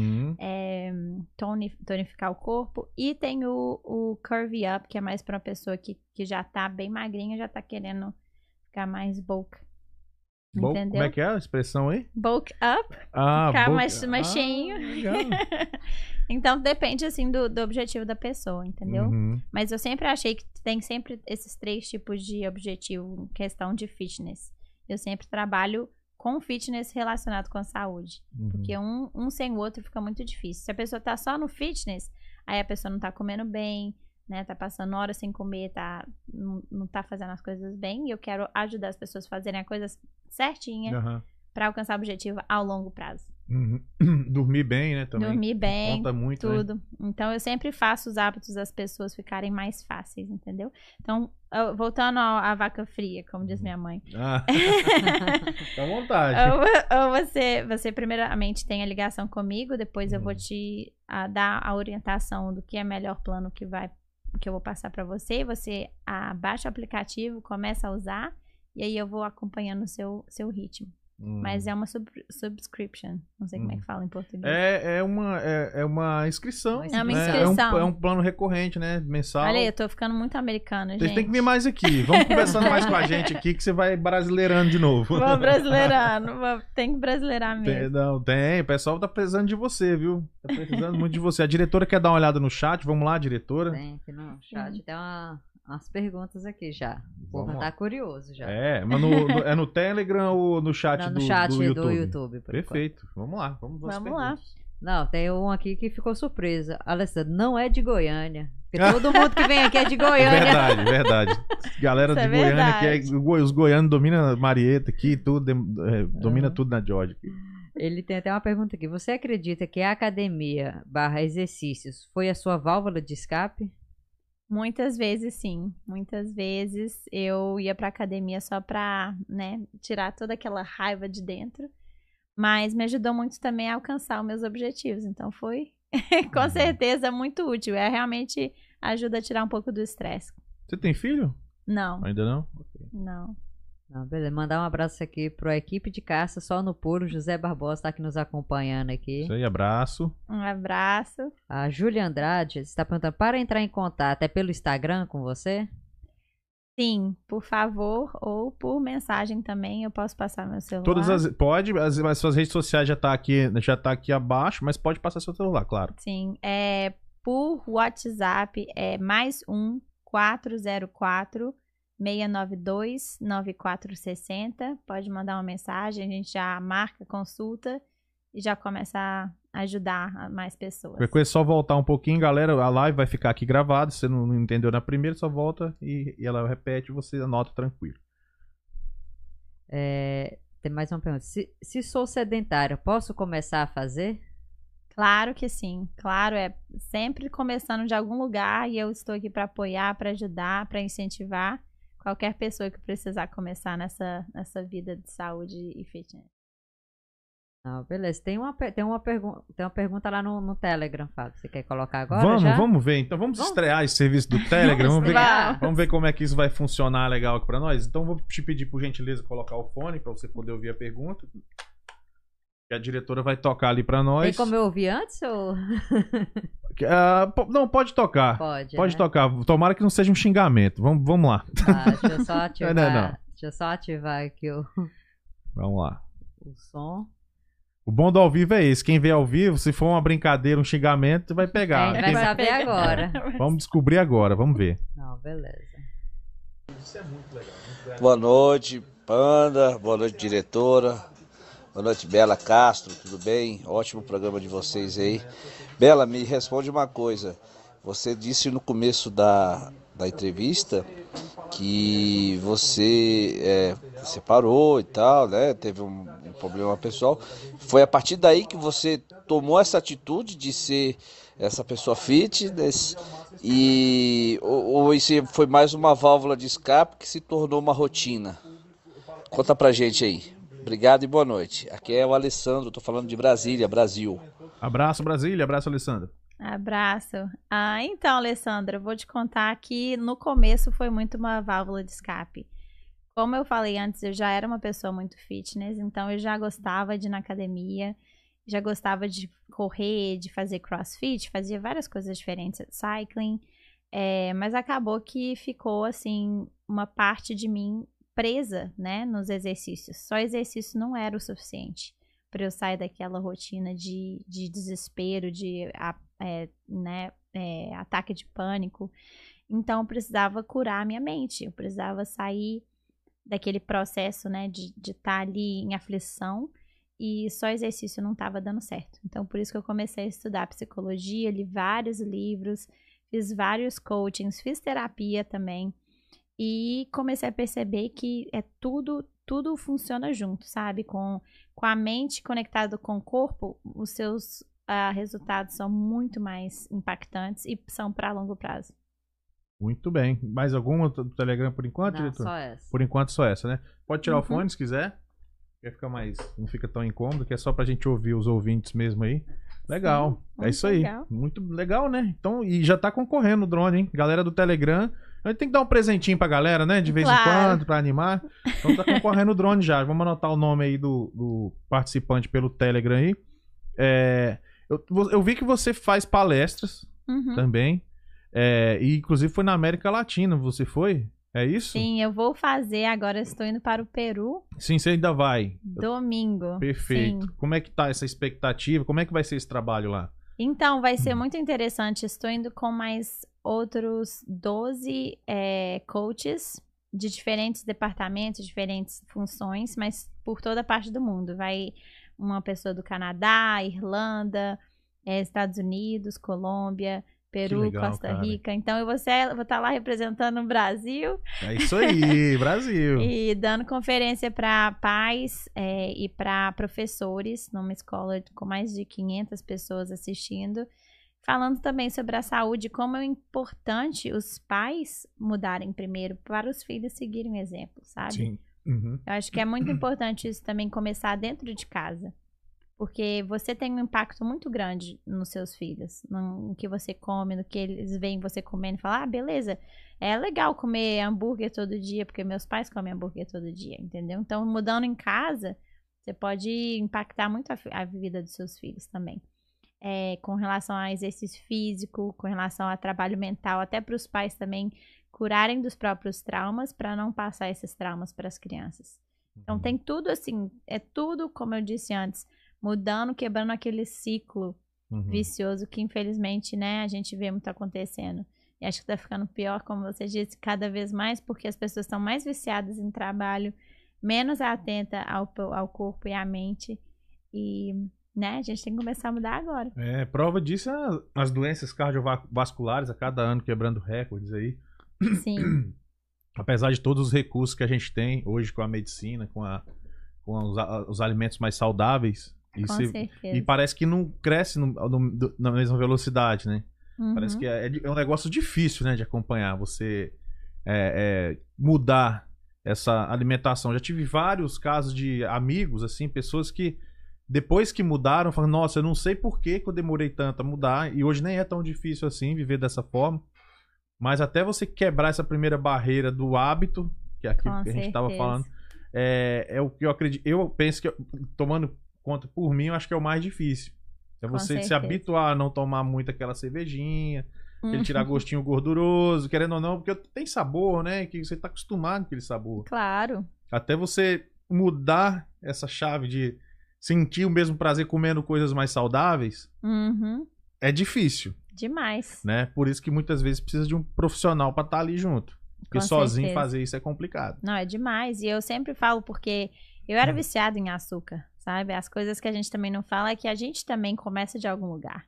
tonificar o corpo. E tem o Curvy Up, que é mais pra uma pessoa que já tá bem magrinha, já tá querendo ficar mais bulk. Entendeu? Como é que é a expressão aí? Bulk up. Ficar mais cheinho. Então, depende, assim, do objetivo da pessoa, entendeu? Mas eu sempre achei que tem sempre esses 3 tipos de objetivo, questão de fitness. Eu sempre trabalho com fitness relacionado com a saúde. Porque um sem o outro fica muito difícil. Se a pessoa tá só no fitness, aí a pessoa não tá comendo bem, né? Tá passando horas sem comer, não tá fazendo as coisas bem. E eu quero ajudar as pessoas a fazerem a coisa certinha para alcançar o objetivo ao longo prazo. Dormir bem, né? Também. Dormir bem, conta muito, tudo. Né? Então, eu sempre faço os hábitos das pessoas ficarem mais fáceis, entendeu? Então, voltando à vaca fria, como diz minha mãe. Fica à vontade. Ou você primeiramente tem a ligação comigo, depois eu vou te dar a orientação do que é melhor plano que eu vou passar para você. Você baixa o aplicativo, começa a usar, e aí eu vou acompanhando o seu ritmo. Mas é uma subscription. Não sei como é que fala em português. É uma inscrição. É uma inscrição. É um plano recorrente, né? Mensal. Olha aí, eu tô ficando muito americana, gente. Vocês têm que vir mais aqui. Vamos conversando mais com a gente aqui, que você vai brasileirando de novo. Vou brasileirando. Tem que brasileirar mesmo. Tem. O pessoal tá precisando de você, viu? Tá precisando muito de você. A diretora quer dar uma olhada no chat. Vamos lá, diretora? Tem aqui no chat. Tem umas perguntas aqui já. O povo tá curioso já. Mas no Telegram ou no chat, no chat do YouTube? Do YouTube Perfeito. Vamos lá. Vamos lá. Não, tem um aqui que ficou surpresa. Alessandro, não é de Goiânia. Porque todo mundo que vem aqui é de Goiânia. Verdade. Galera Isso de é Goiânia, verdade. os goianos dominam Marieta aqui, tudo, domina tudo na Georgia. Ele tem até uma pergunta aqui. Você acredita que a academia / exercícios foi a sua válvula de escape? Muitas vezes, sim. Muitas vezes eu ia pra academia só pra, né, tirar toda aquela raiva de dentro. Mas me ajudou muito também a alcançar os meus objetivos. Então foi, com certeza, muito útil. Realmente ajuda a tirar um pouco do estresse. Você tem filho? Não, Ainda não? não. Não, beleza. Mandar um abraço aqui para a equipe de caça, só no puro. José Barbosa está aqui nos acompanhando aqui. Isso aí, abraço. Um abraço. A Júlia Andrade está perguntando, para entrar em contato, é pelo Instagram com você? Sim, por favor, ou por mensagem também, eu posso passar meu celular. Pode, as suas redes sociais já tá aqui abaixo, mas pode passar seu celular, claro. Sim, por WhatsApp é +1 404 692 9460. Pode mandar uma mensagem, a gente já marca consulta e já começa a ajudar mais pessoas. Qualquer coisa é só voltar um pouquinho, galera. A live vai ficar aqui gravada. Se você não entendeu na primeira, só volta e ela repete e você anota tranquilo. Tem mais uma pergunta. Se sou sedentária, posso começar a fazer? Claro que sim. Claro, é sempre começando de algum lugar e eu estou aqui para apoiar, para ajudar, para incentivar qualquer pessoa que precisar começar nessa vida de saúde e fitness. Não, beleza. Tem uma pergunta lá no Telegram, Fábio. Você quer colocar agora? Vamos ver. Então vamos estrear esse serviço do Telegram. Vamos ver como é que isso vai funcionar legal aqui pra nós. Então vou te pedir, por gentileza, colocar o fone pra você poder ouvir a pergunta. Que a diretora vai tocar ali pra nós. Tem como eu ouvir antes ou... Não, pode tocar. Pode né? Tocar. Tomara que não seja um xingamento. Vamos lá. Deixa eu só ativar. Não. Deixa eu só ativar aqui Vamos lá. O som. O bom do ao vivo é esse. Quem vê ao vivo, se for uma brincadeira, um xingamento, vai pegar. Vai saber agora. Vamos descobrir agora, vamos ver. Não, beleza. Isso é muito legal. Boa noite, Panda. Boa noite, diretora. Boa noite, Bela Castro. Tudo bem? Ótimo programa de vocês aí. Bela, me responde uma coisa. Você disse no começo da entrevista que você separou e tal, né? Teve um problema pessoal. Foi a partir daí que você tomou essa atitude de ser essa pessoa fitness ou isso foi mais uma válvula de escape que se tornou uma rotina? Conta pra gente aí. Obrigado e boa noite. Aqui é o Alessandro, tô falando de Brasília, Brasil. Abraço, Brasília. Abraço, Alessandro. Abraço. Então, Alessandra, eu vou te contar que no começo foi muito uma válvula de escape. Como eu falei antes, eu já era uma pessoa muito fitness, então eu já gostava de ir na academia, já gostava de correr, de fazer crossfit, fazia várias coisas diferentes, cycling, mas acabou que ficou, assim, uma parte de mim presa, né, nos exercícios. Só exercício não era o suficiente para eu sair daquela rotina de desespero, de ataque de pânico. Então, eu precisava curar a minha mente, eu precisava sair daquele processo, né, de estar ali em aflição e só exercício não estava dando certo. Então, por isso que eu comecei a estudar psicologia, li vários livros, fiz vários coachings, fiz terapia também e comecei a perceber que tudo funciona junto, sabe? Com a mente conectada com o corpo, os seus resultados são muito mais impactantes e são para longo prazo. Muito bem. Mais alguma do Telegram por enquanto, não, diretor? Só essa. Por enquanto só essa, né? Pode tirar o fone se quiser. Não fica tão incômodo, que é só pra gente ouvir os ouvintes mesmo aí. Legal. Sim, é isso aí. legal. Muito legal, né? Então, e já tá concorrendo o drone, hein? Galera do Telegram. A gente tem que dar um presentinho pra galera, né? De vez em quando, pra animar. Então tá concorrendo o drone já. Vamos anotar o nome aí do participante pelo Telegram aí. Eu vi que você faz palestras também. E inclusive foi na América Latina, você foi? É isso? Sim, eu vou fazer agora, estou indo para o Peru. Sim, você ainda vai. Domingo. Perfeito. Sim. Como é que tá essa expectativa? Como é que vai ser esse trabalho lá? Então, vai ser muito interessante. Estou indo com mais outros 12 coaches de diferentes departamentos, diferentes funções, mas por toda a parte do mundo. Vai uma pessoa do Canadá, Irlanda, Estados Unidos, Colômbia, Peru, legal, Costa cara. Rica. Então eu vou estar lá representando o Brasil. É isso aí, Brasil. E dando conferência para pais e para professores, numa escola com mais de 500 pessoas assistindo, falando também sobre a saúde, como é importante os pais mudarem primeiro para os filhos seguirem o exemplo, sabe? Sim. Uhum. Eu acho que é muito importante isso também começar dentro de casa. Porque você tem um impacto muito grande nos seus filhos, no que você come, no que eles veem você comendo e falam, ah, beleza, é legal comer hambúrguer todo dia, porque meus pais comem hambúrguer todo dia, entendeu? Então, mudando em casa, você pode impactar muito a vida dos seus filhos também. Com relação a exercício físico, com relação a trabalho mental, até para os pais também curarem dos próprios traumas, para não passar esses traumas para as crianças. Então, tem tudo assim, é tudo, como eu disse antes, mudando, quebrando aquele ciclo vicioso que, infelizmente, né, a gente vê muito acontecendo. E acho que tá ficando pior, como você disse, cada vez mais, porque as pessoas estão mais viciadas em trabalho, menos atenta ao corpo e à mente. E, né, a gente tem que começar a mudar agora. Prova disso é as doenças cardiovasculares a cada ano quebrando recordes aí. Sim. Apesar de todos os recursos que a gente tem hoje com a medicina, com os alimentos mais saudáveis, Com certeza. e parece que não cresce na mesma velocidade, né? Parece que é um negócio difícil, né, de acompanhar. Você mudar essa alimentação. Já tive vários casos de amigos, assim, pessoas que depois que mudaram, falam, nossa, eu não sei por que eu demorei tanto a mudar, e hoje nem é tão difícil assim viver dessa forma. Mas até você quebrar essa primeira barreira do hábito, que é aquilo que a gente estava falando, é o que eu acredito. Eu penso que, tomando conta por mim, eu acho que é o mais difícil. É você se habituar a não tomar muito aquela cervejinha, aquele tirar gostinho gorduroso, querendo ou não, porque tem sabor, né? Que você tá acostumado com aquele sabor. Claro. Até você mudar essa chave de sentir o mesmo prazer comendo coisas mais saudáveis, é difícil. Demais. Né? Por isso que muitas vezes precisa de um profissional para estar ali junto. Porque sozinho fazer isso é complicado. Não, é demais. E eu sempre falo porque eu era viciada em açúcar, sabe? As coisas que a gente também não fala é que a gente também começa de algum lugar.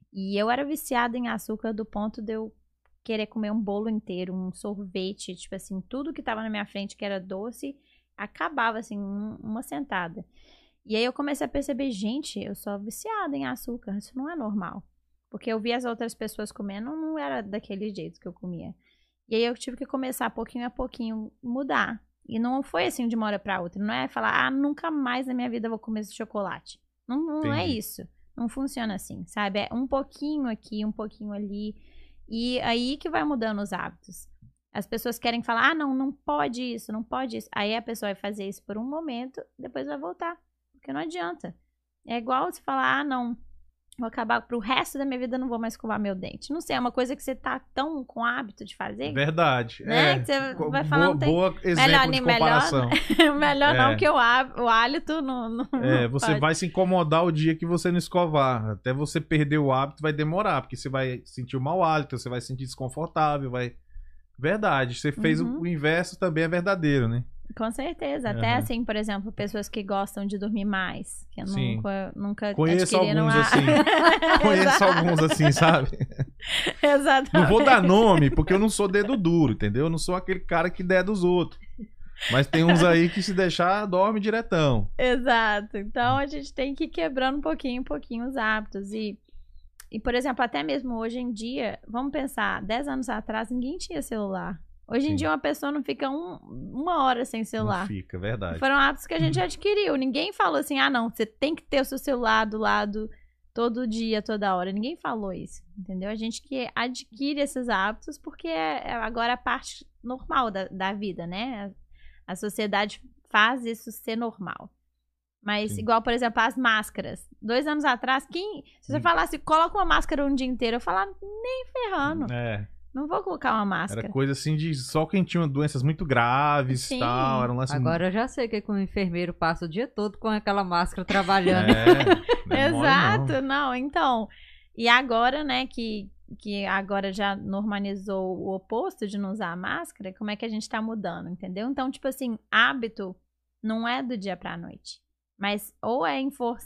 E eu era viciada em açúcar do ponto de eu querer comer um bolo inteiro, um sorvete, tipo assim, tudo que tava na minha frente que era doce, acabava assim, uma sentada. E aí eu comecei a perceber, gente, eu sou viciada em açúcar, isso não é normal. Porque eu via as outras pessoas comendo, não era daquele jeito que eu comia. E aí eu tive que começar pouquinho a pouquinho mudar. E não foi assim de uma hora pra outra. Não é falar, nunca mais na minha vida eu vou comer esse chocolate. Não é isso. Não funciona assim, sabe? É um pouquinho aqui, um pouquinho ali. E aí que vai mudando os hábitos. As pessoas querem falar, não pode isso, não pode isso. Aí a pessoa vai fazer isso por um momento, depois vai voltar. Porque não adianta. É igual você falar, não, vou acabar pro resto da minha vida, não vou mais escovar meu dente. Não sei, é uma coisa que você tá tão com hábito de fazer. Verdade. Né? Que você vai falar, não tem exemplo de comparação. Melhor não, que o hálito não você pode. vai se incomodar o dia que você não escovar. Até você perder o hábito vai demorar, porque você vai sentir o mau hálito, você vai se sentir desconfortável, Verdade, você fez o inverso, também é verdadeiro, né? Com certeza. Até assim, por exemplo, pessoas que gostam de dormir mais. Que eu nunca conheço alguns assim. Conheço alguns assim, sabe? Exatamente. Não vou dar nome, porque eu não sou dedo duro, entendeu? Eu não sou aquele cara que der dos outros. Mas tem uns aí que se deixar, dorme diretão. Exato. Então a gente tem que ir quebrando um pouquinho os hábitos. E, por exemplo, até mesmo hoje em dia, vamos pensar, 10 anos atrás ninguém tinha celular. Hoje em dia uma pessoa não fica uma hora sem celular. Não fica, verdade. Foram hábitos que a gente adquiriu. Ninguém falou assim, não, você tem que ter o seu celular do lado todo dia, toda hora. Ninguém falou isso, entendeu? A gente que adquire esses hábitos porque agora a parte normal da vida, né? A sociedade faz isso ser normal. Mas igual, por exemplo, as máscaras. 2 anos atrás, se você falasse, coloca uma máscara um dia inteiro, eu falava, nem ferrando. Não vou colocar uma máscara. Era coisa assim de só quem tinha doenças muito graves e tal. Era um lance Agora eu já sei que o enfermeiro passa o dia todo com aquela máscara trabalhando. Exato, não. Então, e agora, né, que agora já normalizou o oposto de não usar máscara, como é que a gente tá mudando, entendeu? Então, tipo assim, hábito não é do dia pra noite. Mas ou é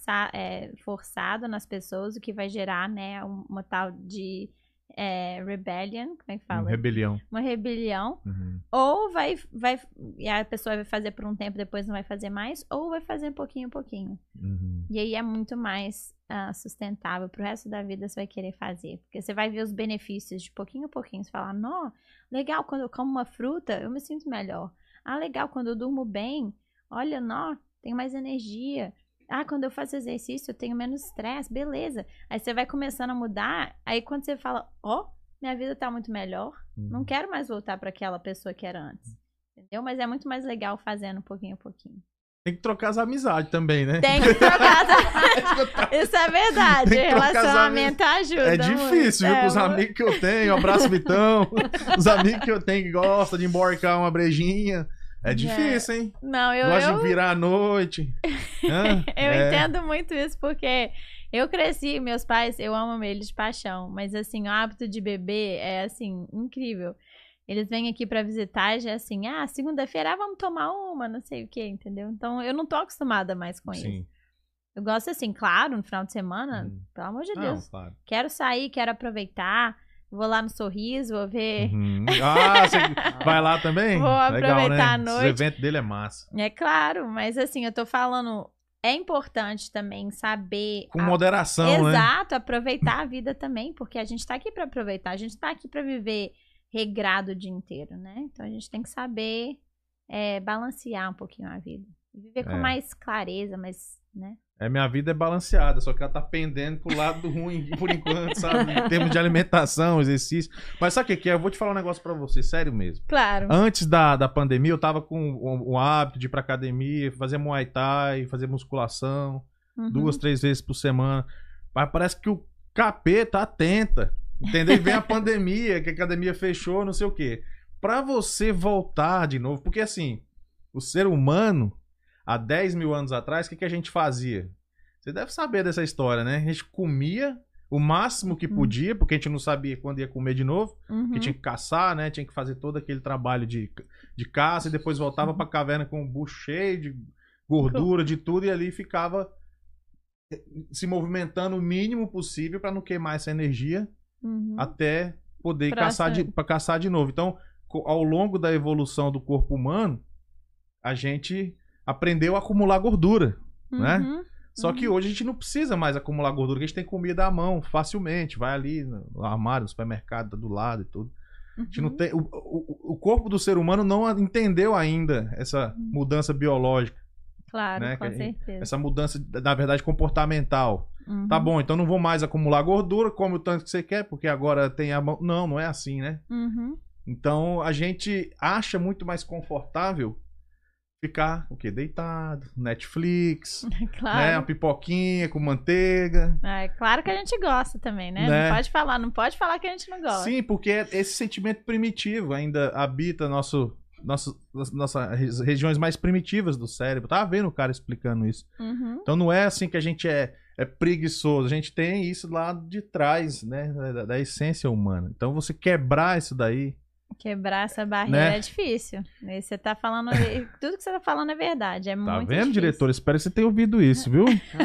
forçado nas pessoas, o que vai gerar, né, uma tal de rebellion, como é que fala? Rebelião. Uma rebelião. Ou e a pessoa vai fazer por um tempo, depois não vai fazer mais, ou vai fazer pouquinho em pouquinho. E aí é muito mais sustentável. Pro resto da vida você vai querer fazer. Porque você vai ver os benefícios de pouquinho em pouquinho. Você fala, não, legal, quando eu como uma fruta, eu me sinto melhor. Ah, legal, quando eu durmo bem, olha, não, tenho mais energia. Ah, quando eu faço exercício, eu tenho menos estresse, beleza. Aí você vai começando a mudar, aí quando você fala, minha vida tá muito melhor, não quero mais voltar para aquela pessoa que era antes. Entendeu? Mas é muito mais legal fazendo pouquinho a pouquinho. Tem que trocar as amizades também, né? Tem que trocar Isso é verdade. Relacionamento ajuda. É difícil, viu? Com os amigos que eu tenho, abraço Vitão. Os amigos que eu tenho que gostam de emborcar uma brejinha. É difícil, hein? Não, Gosta de virar à noite. Eu entendo muito isso, porque eu cresci, meus pais, eu amo eles de paixão, mas assim, o hábito de beber é assim, incrível. Eles vêm aqui pra visitar e já é assim, segunda-feira vamos tomar uma, não sei o que, entendeu? Então eu não tô acostumada mais com isso. Eu gosto assim, claro, no final de semana, pelo amor de Deus. Claro. Quero sair, quero aproveitar. Vou lá no Sorriso, vou ver. Você vai lá também? Vou aproveitar, né? A noite. O evento dele é massa. É claro, mas assim, eu tô falando, é importante também saber... Com moderação, né? Exato, aproveitar a vida também, porque a gente tá aqui pra aproveitar, a gente tá aqui pra viver regrado o dia inteiro, né? Então a gente tem que saber balancear um pouquinho a vida. Viver com mais clareza, né? Minha vida é balanceada, só que ela tá pendendo pro lado ruim, por enquanto, sabe? Em termos de alimentação, exercício. Mas sabe o que é? Eu vou te falar um negócio pra você, sério mesmo. Claro. Antes da pandemia, eu tava com o hábito de ir pra academia, fazer Muay Thai, fazer musculação, 2, 3 vezes por semana. Mas parece que o capeta atenta, entendeu? E vem a pandemia, que a academia fechou, não sei o quê. Pra você voltar de novo, porque assim, o ser humano... Há 10 mil anos atrás, o que a gente fazia? Você deve saber dessa história, né? A gente comia o máximo que podia, porque a gente não sabia quando ia comer de novo, porque tinha que caçar, né? Tinha que fazer todo aquele trabalho de caça e depois voltava pra caverna com o bucho cheio de gordura, de tudo, e ali ficava se movimentando o mínimo possível para não queimar essa energia até poder ir caçar de novo. Então, ao longo da evolução do corpo humano, a gente aprendeu a acumular gordura, né? Só que hoje a gente não precisa mais acumular gordura, porque a gente tem comida à mão facilmente, vai ali no armário, no supermercado, tá do lado e tudo. A gente não tem, o corpo do ser humano não entendeu ainda essa mudança biológica. Claro, né? Com certeza. Essa mudança, na verdade, comportamental. Tá bom, então não vou mais acumular gordura, come o tanto que você quer, porque agora tem a mão. Não é assim, né? Então a gente acha muito mais confortável ficar, o quê? Deitado, Netflix, claro. Né? Uma pipoquinha com manteiga. É claro que a gente gosta também, né? Não pode falar que a gente não gosta. Sim, porque esse sentimento primitivo ainda habita nossas regiões mais primitivas do cérebro. Tava vendo o cara explicando isso. Então não é assim que a gente é preguiçoso. A gente tem isso lá de trás, né? Da essência humana. Então você quebrar isso daí, quebrar essa barreira, né? É difícil. Você tá falando... Tudo que você tá falando é verdade. É muito difícil. Tá vendo, diretor? Espero que você tenha ouvido isso, viu?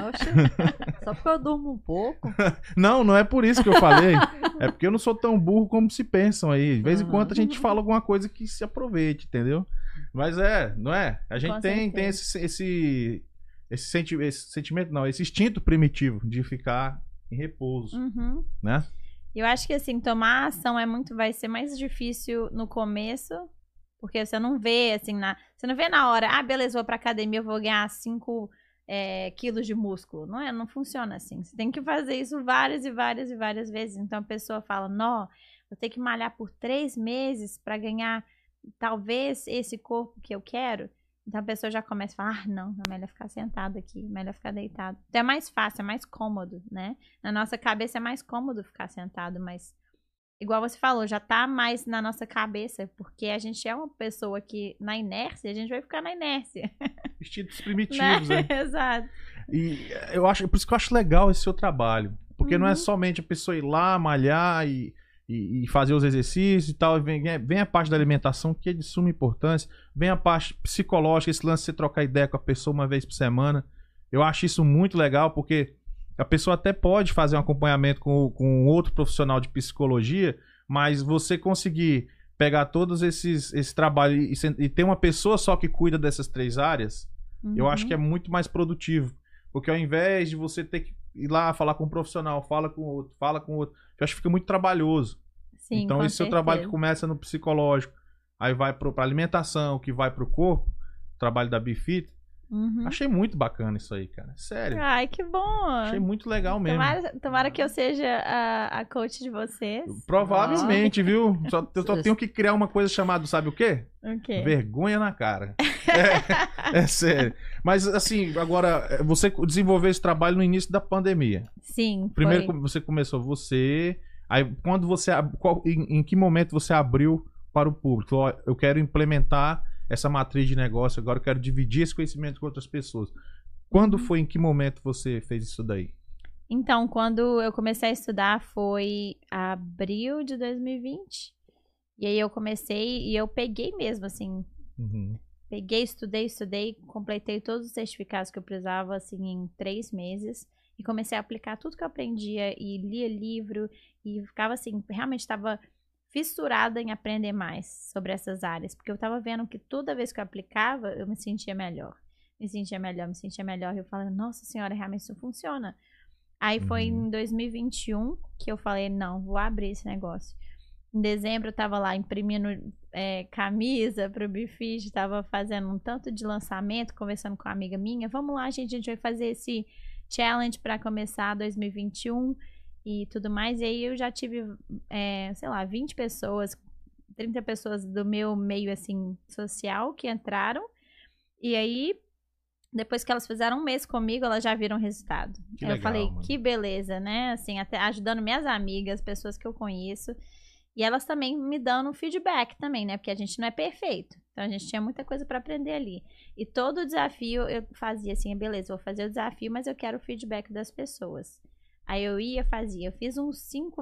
Só porque eu durmo um pouco. Não é por isso que eu falei. É porque eu não sou tão burro como se pensam aí. De vez em quando a gente fala alguma coisa que se aproveite, entendeu? Mas não é? A gente tem esse sentimento, não, esse instinto primitivo de ficar em repouso, né? Eu acho que assim, tomar ação vai ser mais difícil no começo, porque você não vê assim, você não vê na hora, beleza, vou pra academia, eu vou ganhar 5 quilos de músculo. Não funciona assim. Você tem que fazer isso várias e várias e várias vezes. Então a pessoa fala, vou ter que malhar por 3 meses pra ganhar talvez esse corpo que eu quero. Então a pessoa já começa a falar, não, é melhor ficar sentado aqui, é melhor ficar deitado. Então é mais fácil, é mais cômodo, né? Na nossa cabeça é mais cômodo ficar sentado, mas igual você falou, já tá mais na nossa cabeça, porque a gente é uma pessoa que na inércia, a gente vai ficar na inércia. Instintos primitivos, né? Exato. E por isso que eu acho legal esse seu trabalho, porque não é somente a pessoa ir lá, malhar e fazer os exercícios e tal, vem a parte da alimentação, que é de suma importância, vem a parte psicológica, esse lance de você trocar ideia com a pessoa uma vez por semana, Eu acho isso muito legal, porque a pessoa até pode fazer um acompanhamento com outro profissional de psicologia, mas você conseguir pegar todos esse trabalho e ter uma pessoa só que cuida dessas 3 áreas, eu acho que é muito mais produtivo. Porque ao invés de você ter que ir lá falar com um profissional, fala com outro, eu acho que fica muito trabalhoso. Sim, então, esse seu trabalho que começa no psicológico, aí vai pra alimentação, que vai pro corpo, trabalho da Bifit. Achei muito bacana isso aí, cara. Sério. Ai, que bom. Achei muito legal mesmo. Tomara que eu seja a coach de vocês. Provavelmente, viu? Eu só tenho que criar uma coisa chamada, sabe o quê? O quê? Vergonha na cara. É sério. Mas, assim, agora, você desenvolveu esse trabalho no início da pandemia. Sim, Primeiro foi. você começou aí quando em que momento você abriu para o público? Falou, ó, eu quero implementar essa matriz de negócio, agora eu quero dividir esse conhecimento com outras pessoas. Quando foi, em que momento você fez isso daí? Então, quando eu comecei a estudar foi abril de 2020. E aí eu comecei e eu peguei mesmo, assim. Peguei, estudei, completei todos os certificados que eu precisava, assim, em 3 meses. E comecei a aplicar tudo que eu aprendia e lia livro e ficava assim, realmente estava fissurada em aprender mais sobre essas áreas, porque eu estava vendo que toda vez que eu aplicava, eu me sentia melhor. Me sentia melhor. E eu falei, nossa senhora, realmente isso funciona. Aí foi em 2021 que eu falei, não, vou abrir esse negócio. Em dezembro eu estava lá imprimindo camisa para o Bifit, estava fazendo um tanto de lançamento, conversando com uma amiga minha. Vamos lá, gente, a gente vai fazer esse challenge para começar 2021 e tudo mais. E aí eu já tive, sei lá, 20 pessoas, 30 pessoas do meu meio, assim, social que entraram. E aí, depois que elas fizeram 1 mês comigo, elas já viram o resultado. Que aí legal, eu falei, mano. que beleza, né? Assim, até ajudando minhas amigas, pessoas que eu conheço. E elas também me dando feedback também, né? Porque a gente não é perfeito. Então, a gente tinha muita coisa para aprender ali. E todo o desafio eu fazia assim, beleza, vou fazer o desafio, mas eu quero o feedback das pessoas. Aí eu fazia. Eu fiz uns 5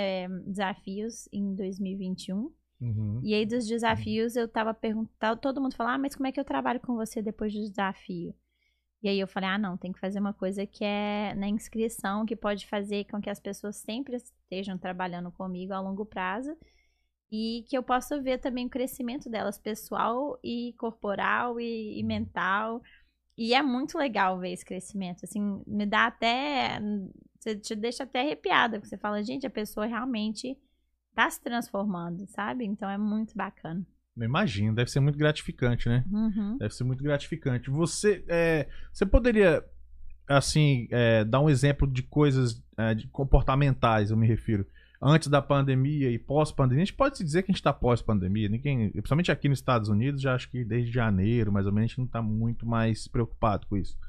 desafios em 2021. E aí, dos desafios, eu tava perguntando, todo mundo falava, mas como é que eu trabalho com você depois do desafio? E aí eu falei, não, tem que fazer uma coisa que é na inscrição, que pode fazer com que as pessoas sempre estejam trabalhando comigo a longo prazo e que eu possa ver também o crescimento delas, pessoal e corporal e mental. E é muito legal ver esse crescimento, assim, me dá até, você te deixa até arrepiada, porque você fala, gente, a pessoa realmente tá se transformando, sabe? Então é muito bacana. Eu imagino, deve ser muito gratificante, né? Deve ser muito gratificante. Você poderia, assim, dar um exemplo de coisas de comportamentais, eu me refiro, antes da pandemia e pós-pandemia? A gente pode se dizer que a gente está pós-pandemia, principalmente aqui nos Estados Unidos, já acho que desde janeiro, mais ou menos, a gente não está muito mais preocupado com isso.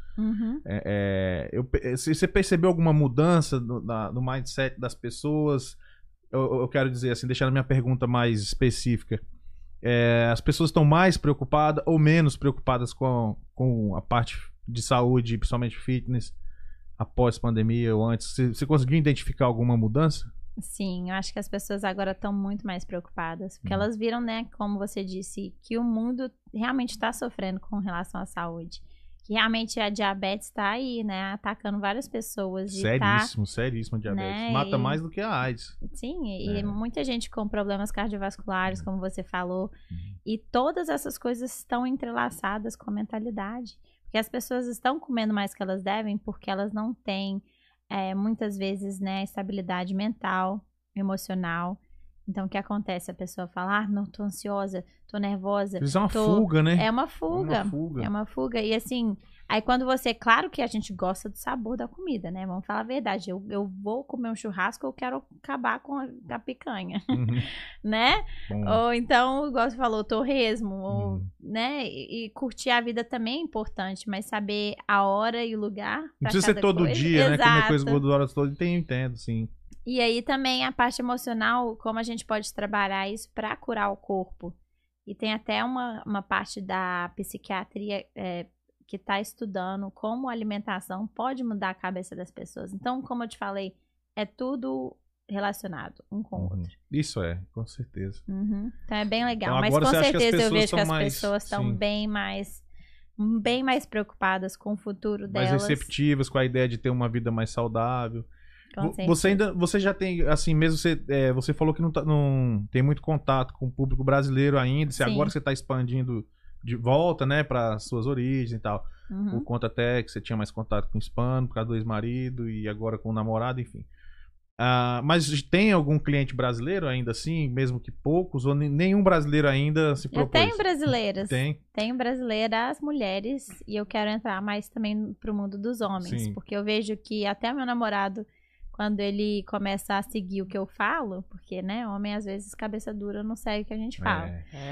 Você percebeu alguma mudança no mindset das pessoas? Eu quero dizer assim, deixando a minha pergunta mais específica. As pessoas estão mais preocupadas ou menos preocupadas com a parte de saúde, principalmente fitness, após pandemia ou antes? Você conseguiu identificar alguma mudança? Sim, eu acho que as pessoas agora estão muito mais preocupadas, porque elas viram, né, como você disse, que o mundo realmente está sofrendo com relação à saúde. Que realmente a diabetes está aí, né, atacando várias pessoas. Seríssimo a diabetes. Né, mata mais do que a AIDS. Sim, e muita gente com problemas cardiovasculares, como você falou. E todas essas coisas estão entrelaçadas com a mentalidade. Porque as pessoas estão comendo mais que elas devem porque elas não têm, muitas vezes, né, estabilidade mental, emocional. Então, o que acontece? A pessoa fala, não, tô ansiosa, tô nervosa. Isso é uma fuga, né? É uma fuga. É uma fuga. E assim, aí quando você... Claro que a gente gosta do sabor da comida, né? Vamos falar a verdade. Eu vou comer um churrasco, eu quero acabar com a picanha. Né? Ou então, igual você falou, torresmo. Ou, né? E curtir a vida também é importante, mas saber a hora e o lugar. Não precisa ser todo dia, né? Comer coisa gordurosa todo dia, entendo, sim. E aí também a parte emocional, como a gente pode trabalhar isso para curar o corpo. E tem até uma parte da psiquiatria que está estudando como a alimentação pode mudar a cabeça das pessoas. Então, como eu te falei, é tudo relacionado um com o outro. Isso com certeza. Então é bem legal. Então, mas com certeza eu vejo que as mais... pessoas estão bem mais bem mais preocupadas com o futuro mais delas. Mais receptivas com a ideia de ter uma vida mais saudável. Você você já tem, assim, mesmo você falou que não tem muito contato com o público brasileiro ainda, se agora você está expandindo de volta, né, para suas origens e tal, por conta até que você tinha mais contato com o hispano, por causa do ex-marido e agora com o namorado, enfim. Mas tem algum cliente brasileiro ainda assim, mesmo que poucos, ou nenhum brasileiro ainda se propôs? Eu tenho brasileiras. Tenho brasileiras, mulheres, e eu quero entrar mais também pro mundo dos homens, Sim. porque eu vejo que até meu namorado, quando ele começa a seguir o que eu falo, porque, né, homem às vezes cabeça dura não segue o que a gente fala.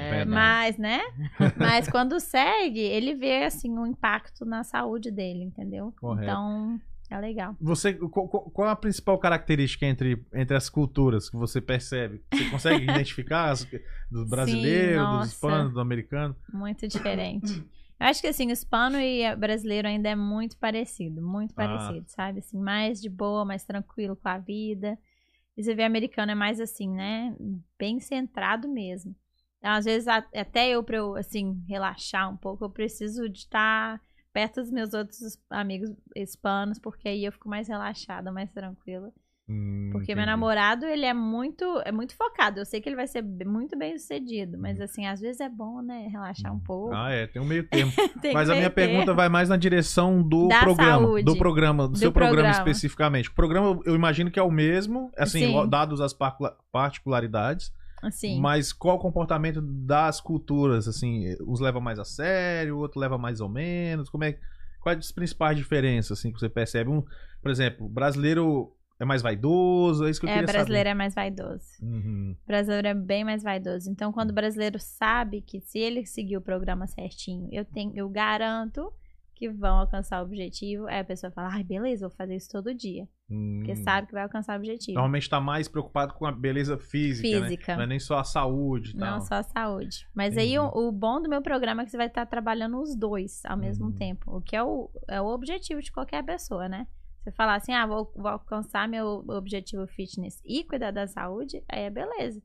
Mas, né, mas quando segue, ele vê, assim, um impacto na saúde dele, entendeu? Correto. Então, é legal. Qual a principal característica entre as culturas que você percebe? Você consegue identificar do brasileiro, Sim, dos hispanos, do americano? Muito diferente. Eu acho que, assim, o hispano e o brasileiro ainda é muito parecido, sabe? Assim, mais de boa, mais tranquilo com a vida. E você vê americano é mais assim, né? Bem centrado mesmo. Então, às vezes, até pra eu, assim, relaxar um pouco, eu preciso de estar perto dos meus outros amigos hispanos, porque aí eu fico mais relaxada, mais tranquila. Porque entendi. meu namorado, ele é muito focado. Eu sei que ele vai ser muito bem sucedido, mas assim, às vezes é bom, né, relaxar um pouco. Tem um meio termo. Mas a minha pergunta vai mais na direção do programa, do seu programa especificamente. O programa, eu imagino que é o mesmo, assim, dados as particularidades. Sim. Mas qual o comportamento das culturas, assim, uns levam mais a sério, o outro leva mais ou menos, quais as principais diferenças, assim, que você percebe? Por exemplo, o brasileiro é mais vaidoso, é isso que eu queria saber. Brasileiro é mais vaidoso. O brasileiro é bem mais vaidoso. Então, quando o brasileiro sabe que se ele seguir o programa certinho, eu garanto que vão alcançar o objetivo, aí a pessoa fala, beleza, vou fazer isso todo dia. Porque sabe que vai alcançar o objetivo. Normalmente tá mais preocupado com a beleza física. Né? Não é nem só a saúde e tal. Não só a saúde. Mas aí o bom do meu programa é que você vai estar trabalhando os dois ao mesmo tempo. O que é o objetivo de qualquer pessoa, né? Você falar assim, vou alcançar meu objetivo fitness e cuidar da saúde, aí é beleza.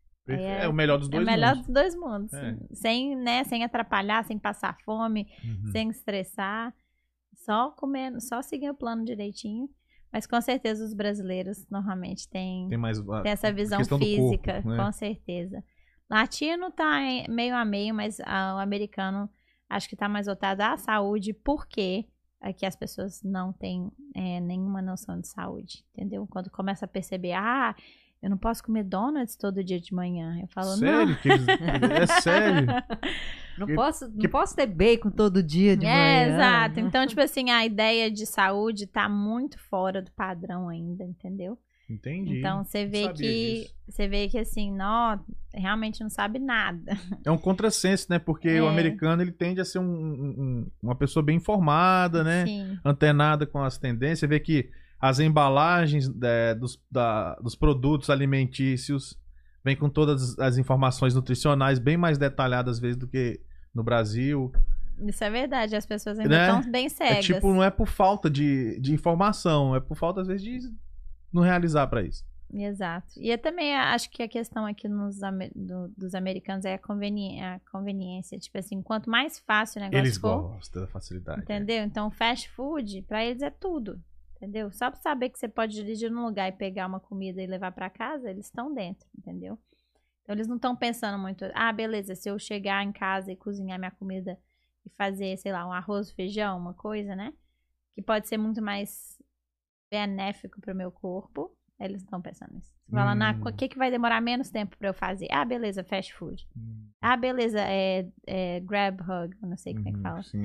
É o melhor dos dois mundos. É o melhor dos dois mundos. Sem atrapalhar, sem passar fome, sem estressar. Só comendo, só seguir o plano direitinho. Mas com certeza os brasileiros normalmente têm essa visão física, corpo, né? Com certeza. Latino tá meio a meio, mas o americano acho que tá mais voltado à saúde, porque aqui as pessoas não têm nenhuma noção de saúde, entendeu? Quando começa a perceber, eu não posso comer donuts todo dia de manhã. Eu falo, sério? É sério? Não posso ter bacon todo dia de manhã. Exato. Então, tipo assim, a ideia de saúde tá muito fora do padrão ainda, entendeu? Entendi. Então, você vê que assim, realmente não sabe nada. É um contrassenso, né? Porque o americano, ele tende a ser uma pessoa bem informada, né? Sim. Antenada com as tendências. Você vê que as embalagens dos produtos alimentícios vem com todas as informações nutricionais bem mais detalhadas, às vezes, do que no Brasil. Isso é verdade, as pessoas ainda estão bem cegas. Não é por falta de informação, é por falta, às vezes, de não realizar para isso. Exato. E eu também acho que a questão aqui dos americanos é a conveniência. Tipo assim, quanto mais fácil o negócio eles for... gostam da facilidade. Entendeu? Então, fast food, para eles é tudo. Entendeu? Só pra saber que você pode dirigir num lugar e pegar uma comida e levar pra casa, eles estão dentro, entendeu? Então, eles não estão pensando muito, beleza, se eu chegar em casa e cozinhar minha comida e fazer, sei lá, um arroz, feijão, uma coisa, né? Que pode ser muito mais benéfico pro meu corpo. Eles estão pensando nisso. Falando, o que vai demorar menos tempo pra eu fazer? Beleza, fast food. Beleza, Grab Hug, eu não sei como é que fala. Sim,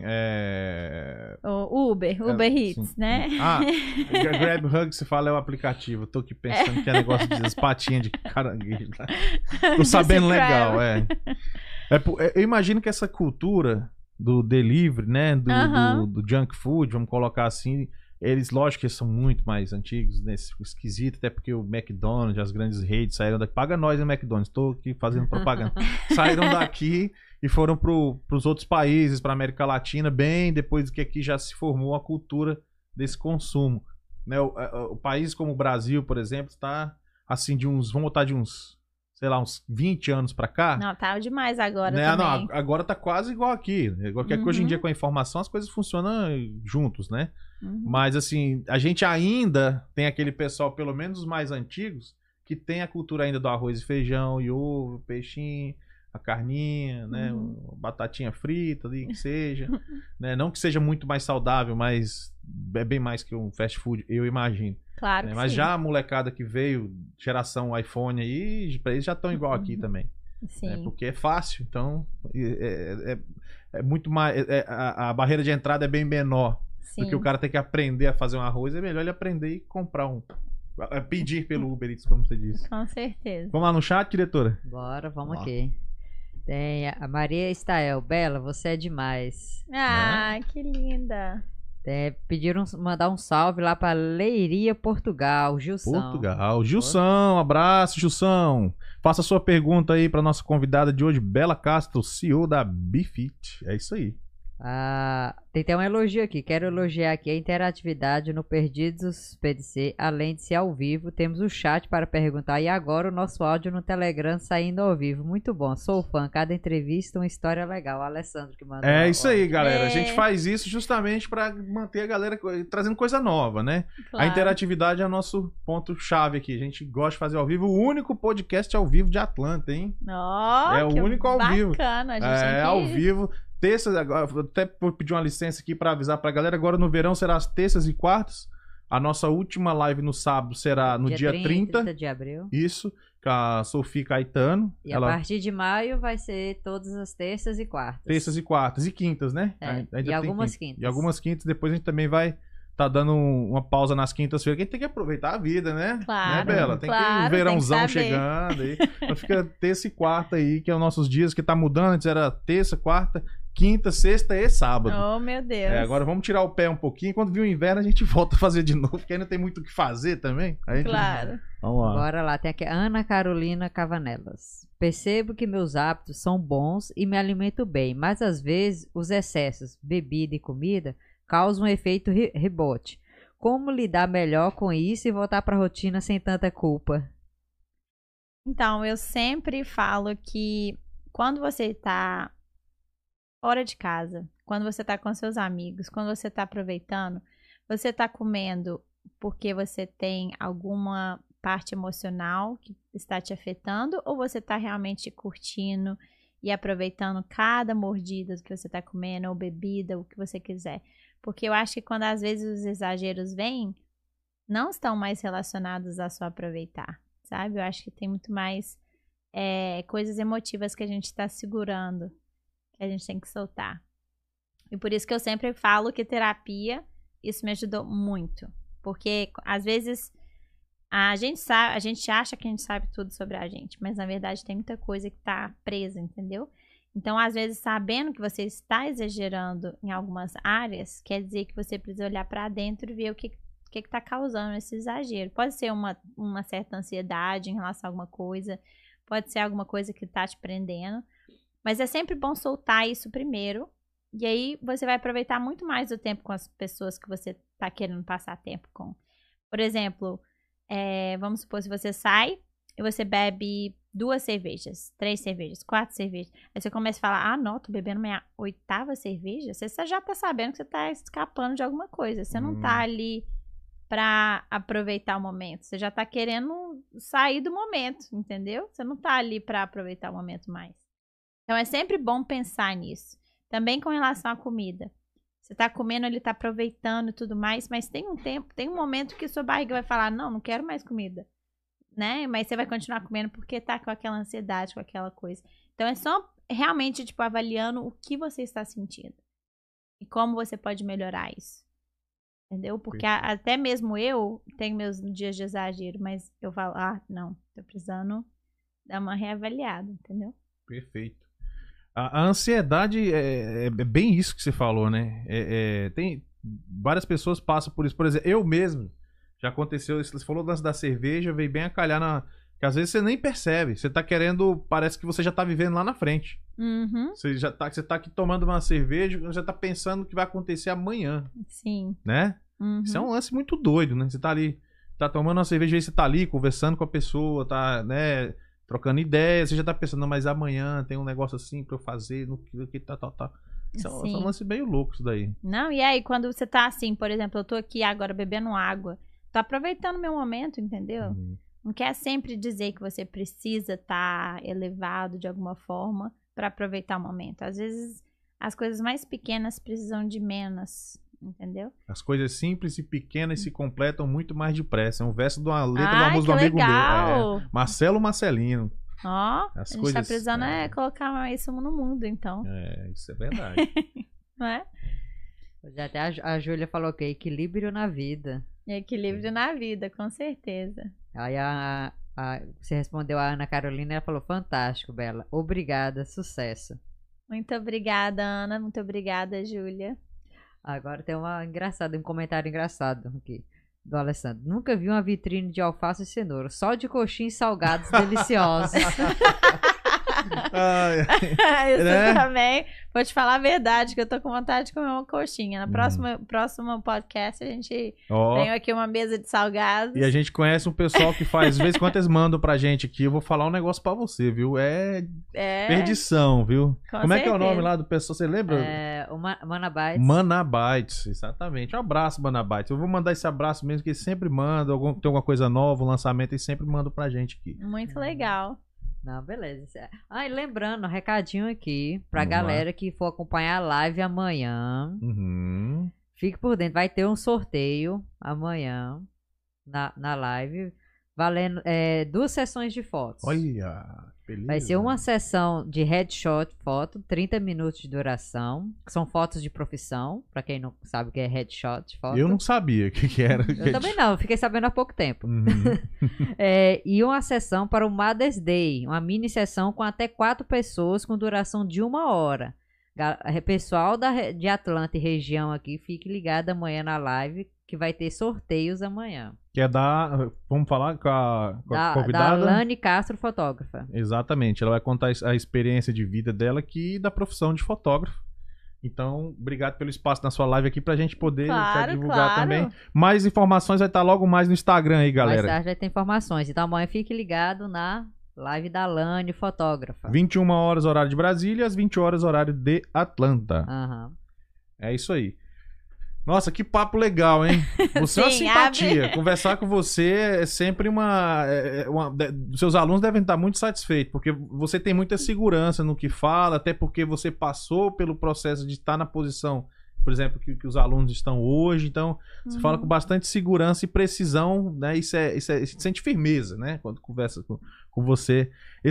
Uber Eats, sim. né? Grab Hug, você fala, é o aplicativo. Eu tô aqui pensando que é negócio de patinhas de caranguejo. Tô sabendo legal, eu imagino que essa cultura do delivery, né, do junk food, vamos colocar assim... Eles, lógico que são muito mais antigos nesse esquisito, até porque o McDonald's, as grandes redes saíram daqui. Paga nós, né, McDonald's? Estou aqui fazendo propaganda. Saíram daqui e foram para os outros países, para América Latina, bem depois que aqui já se formou a cultura desse consumo. Né? O país como o Brasil, por exemplo, está assim, vamos botar de uns sei lá, uns 20 anos pra cá. Não, tá demais agora né? também. Não, agora tá quase igual aqui. Qualquer coisa hoje em dia com a informação, as coisas funcionam juntos, né? Mas assim, a gente ainda tem aquele pessoal, pelo menos os mais antigos, que tem a cultura ainda do arroz e feijão, e ovo, peixinho, a carninha, né? Batatinha frita ali, que seja. Né? Não que seja muito mais saudável, mas é bem mais que um fast food, eu imagino. Claro né? que Mas sim. já a molecada que veio, geração iPhone aí, pra eles já estão igual aqui também. Sim. Né? Porque é fácil, então é muito mais. A barreira de entrada é bem menor. Sim. Do que o cara tem que aprender a fazer um arroz, é melhor ele aprender e comprar um. Pedir pelo Uber Eats, como você disse. Com certeza. Vamos lá no chat, diretora? Bora, vamos Vamos lá. aqui. Tem a Maria Estael. Bela, você é demais. Ah, que linda. Pediram mandar um salve lá pra Leiria, Portugal. Gilson. Portugal. Gilson, abraço, Gilson. Faça sua pergunta aí pra nossa convidada de hoje, Bela Castro, CEO da Bifit. É isso aí. Tem até um elogio aqui. Quero elogiar aqui a interatividade no Perdidos PDC. Além de ser ao vivo, temos o chat para perguntar. E agora o nosso áudio no Telegram saindo ao vivo. Muito bom. Sou fã. Cada entrevista uma história legal. O Alessandro que mandou. É isso aí, galera. É. A gente faz isso justamente pra manter a galera trazendo coisa nova, né? Claro. A interatividade é o nosso ponto-chave aqui. A gente gosta de fazer ao vivo. O único podcast ao vivo de Atlanta, hein? Oh, É o que único ao vivo. bacana. A gente tem É, que... ao vivo. Terças, agora, vou até pedir uma licença aqui pra avisar pra galera. Agora no verão será as terças e quartas. A nossa última live no sábado será no dia 30 de abril. Isso, com a Sofia Caetano. E a partir de maio vai ser todas as terças e quartas. Terças e quartas. E quintas, né? É, Ainda e tem algumas quintas. E algumas quintas. Depois a gente também vai tá dando uma pausa nas quintas-feiras. Porque tem que aproveitar a vida, né? Claro, Né, Bela? Tem que claro, o verãozão tem que saber. chegando aí. Então fica terça e quarta aí, que é os nossos dias, que tá mudando. Antes era terça, quarta, quinta, sexta e sábado. Oh, meu Deus. Agora vamos tirar o pé um pouquinho. Quando vir o inverno, a gente volta a fazer de novo, porque ainda tem muito o que fazer também. Aí a gente- Claro. Vamos lá. Bora lá, tem aqui a Ana Carolina Cavanelas. Percebo que meus hábitos são bons e me alimento bem, mas às vezes os excessos, bebida e comida, causam um efeito rebote. Como lidar melhor com isso e voltar para a rotina sem tanta culpa? Então, eu sempre falo que quando você tá fora de casa, quando você tá com seus amigos, quando você tá aproveitando, você tá comendo porque você tem alguma parte emocional que está te afetando ou você tá realmente curtindo e aproveitando cada mordida que você tá comendo ou bebida, o que você quiser. Porque eu acho que quando às vezes os exageros vêm, não estão mais relacionados a só aproveitar, sabe? Eu acho que tem muito mais coisas emotivas que a gente está segurando, que a gente tem que soltar. E por isso que eu sempre falo que terapia, isso me ajudou muito. Porque às vezes a gente acha que a gente sabe tudo sobre a gente, mas na verdade tem muita coisa que está presa, entendeu? Então, às vezes, sabendo que você está exagerando em algumas áreas, quer dizer que você precisa olhar para dentro e ver o que está causando esse exagero. Pode ser uma certa ansiedade em relação a alguma coisa, pode ser alguma coisa que está te prendendo, mas é sempre bom soltar isso primeiro, e aí você vai aproveitar muito mais o tempo com as pessoas que você está querendo passar tempo com. Por exemplo, vamos supor, se você sai e você bebe 2 cervejas, 3 cervejas, 4 cervejas. Aí você começa a falar, não, tô bebendo minha 8ª cerveja. Você já tá sabendo que você tá escapando de alguma coisa. Você não tá ali pra aproveitar o momento. Você já tá querendo sair do momento, entendeu? Você não tá ali pra aproveitar o momento mais. Então é sempre bom pensar nisso. Também com relação à comida. Você tá comendo, ele tá aproveitando e tudo mais, mas tem um momento que sua barriga vai falar, não quero mais comida. Né? Mas você vai continuar comendo porque tá com aquela ansiedade, com aquela coisa. Então é só realmente, avaliando o que você está sentindo. E como você pode melhorar isso. Entendeu? Porque até mesmo eu tenho meus dias de exagero, mas eu falo, não, tô precisando dar uma reavaliada, entendeu? Perfeito. A ansiedade é bem isso que você falou, né? Tem várias pessoas passam por isso. Por exemplo, eu mesmo, já aconteceu, você falou da cerveja, veio bem a calhar que às vezes você nem percebe. Você tá querendo, parece que você já tá vivendo lá na frente. Uhum. Você tá aqui tomando uma cerveja, já tá pensando o que vai acontecer amanhã. Sim. Né? Uhum. Isso é um lance muito doido, né? Você tá ali, tá tomando uma cerveja e você tá ali conversando com a pessoa, tá, né? trocando ideias, você já tá pensando, não, mas amanhã tem um negócio assim pra eu fazer, no que tá. Isso é um lance meio louco isso daí. Não, e aí quando você tá assim, por exemplo, eu tô aqui agora bebendo água, tô aproveitando o meu momento, entendeu? Não quer sempre dizer que você precisa estar elevado de alguma forma pra aproveitar o momento. Às vezes as coisas mais pequenas precisam de menos, entendeu? As coisas simples e pequenas se completam muito mais depressa. É um verso de uma letra de uma música do amigo meu. Marcelo Marcelino. Ó, a gente tá precisando colocar isso no mundo, então. Isso é verdade. Não é? Até a Júlia falou que equilíbrio na vida. Equilíbrio na vida, com certeza. Aí você respondeu a Ana Carolina e ela falou, fantástico, Bela. Obrigada, sucesso. Muito obrigada, Ana. Muito obrigada, Júlia. Agora tem um comentário engraçado aqui. Do Alessandro. Nunca vi uma vitrine de alface e cenoura. Só de coxinhas salgados deliciosos. Isso né? Também. Vou te falar a verdade, que eu tô com vontade de comer uma coxinha. Na próxima podcast, a gente tem aqui uma mesa de salgados. E a gente conhece um pessoal que faz, às vezes, quando eles mandam pra gente aqui, eu vou falar um negócio pra você, viu? É perdição, viu? Como é que é o nome lá do pessoal? Você lembra? O Manabites. Manabites, exatamente. Um abraço, Manabites. Eu vou mandar esse abraço mesmo, que eles sempre mandam. Tem alguma coisa nova, um lançamento, eles sempre mandam pra gente aqui. Muito legal. Não, beleza. E lembrando, um recadinho aqui pra galera que for acompanhar a live amanhã. Fique por dentro. Vai ter um sorteio amanhã na live, valendo 2 sessões de fotos. Olha, beleza. Vai ser uma sessão de headshot foto, 30 minutos de duração. São fotos de profissão, pra quem não sabe o que é headshot foto. Eu não sabia o que era. Eu também não, eu fiquei sabendo há pouco tempo. E uma sessão para o Mother's Day, uma mini sessão com até 4 pessoas com duração de 1 hora. Pessoal de Atlanta e região aqui, fique ligado amanhã na live, que vai ter sorteios amanhã. Que é vamos falar com a convidada? Da Alane Castro, fotógrafa. Exatamente, ela vai contar a experiência de vida dela aqui da profissão de fotógrafo. Então, obrigado pelo espaço na sua live aqui pra gente poder divulgar também. Mais informações vai estar logo mais no Instagram aí, galera. Mais tarde vai ter informações. Então amanhã fique ligado na live da Alane, fotógrafa. 21 horas horário de Brasília, às 20 horas horário de Atlanta. É isso aí. Nossa, que papo legal, hein? Você é uma simpatia. Conversar com você é sempre seus alunos devem estar muito satisfeitos, porque você tem muita segurança no que fala, até porque você passou pelo processo de estar na posição, por exemplo, que os alunos estão hoje. Então, você fala com bastante segurança e precisão, né? Isso sente firmeza, né? Quando conversa com você.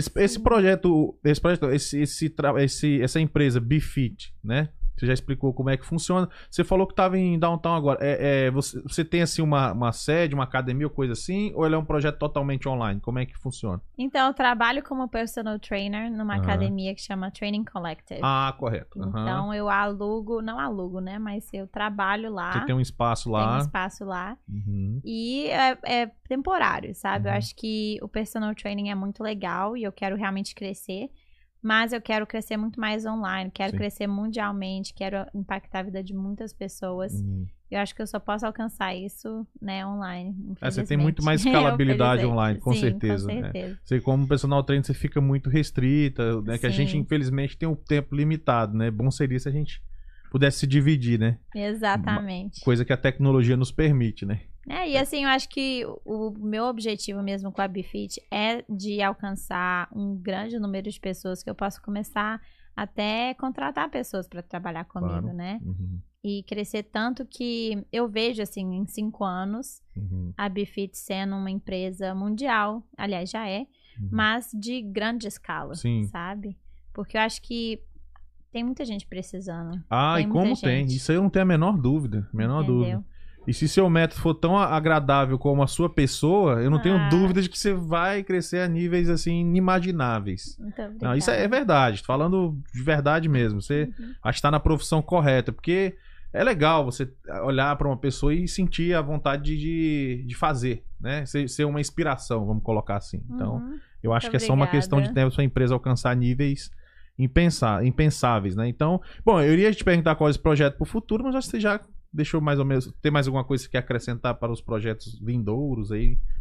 Essa empresa BeFit, né? Você já explicou como é que funciona. Você falou que estava em Downtown agora. Você tem assim uma sede, uma academia ou coisa assim? Ou ele é um projeto totalmente online? Como é que funciona? Então, eu trabalho como personal trainer numa academia que chama Training Collective. Ah, correto. Então, eu não alugo, né? Mas eu trabalho lá. Você tem um espaço lá. Tem um espaço lá. E é temporário, sabe? Eu acho que o personal training é muito legal e eu quero realmente crescer. Mas eu quero crescer muito mais online, quero crescer mundialmente, quero impactar a vida de muitas pessoas. Eu acho que eu só posso alcançar isso, né, online. Você tem muito mais escalabilidade online, com certeza. Com certeza. Né? Você, como personal trainer, você fica muito restrita, né? Que a gente, infelizmente, tem um tempo limitado, né? Bom seria se a gente pudesse se dividir, né? Exatamente. Coisa que a tecnologia nos permite, né? E assim, eu acho que o meu objetivo mesmo com a BeFit é de alcançar um grande número de pessoas que eu possa começar até contratar pessoas para trabalhar comigo, né? E crescer tanto que eu vejo, assim, em 5 anos, a BeFit sendo uma empresa mundial, aliás, já é, mas de grande escala, sabe? Porque eu acho que tem muita gente precisando. E como tem? Isso aí eu não tenho a menor dúvida, dúvida. E se seu método for tão agradável como a sua pessoa, eu não tenho dúvida de que você vai crescer a níveis, assim, inimagináveis. Não, isso é verdade. Tô falando de verdade mesmo. Você acha que está na profissão correta. Porque é legal você olhar para uma pessoa e sentir a vontade de fazer, né? Ser uma inspiração, vamos colocar assim. Então, eu acho que é só uma questão de tempo a sua empresa alcançar níveis impensáveis, né? Então, bom, eu iria te perguntar qual é esse projeto para o futuro, mas acho que você já deixou mais ou menos. Tem mais alguma coisa que você quer acrescentar para os projetos vindouros aí?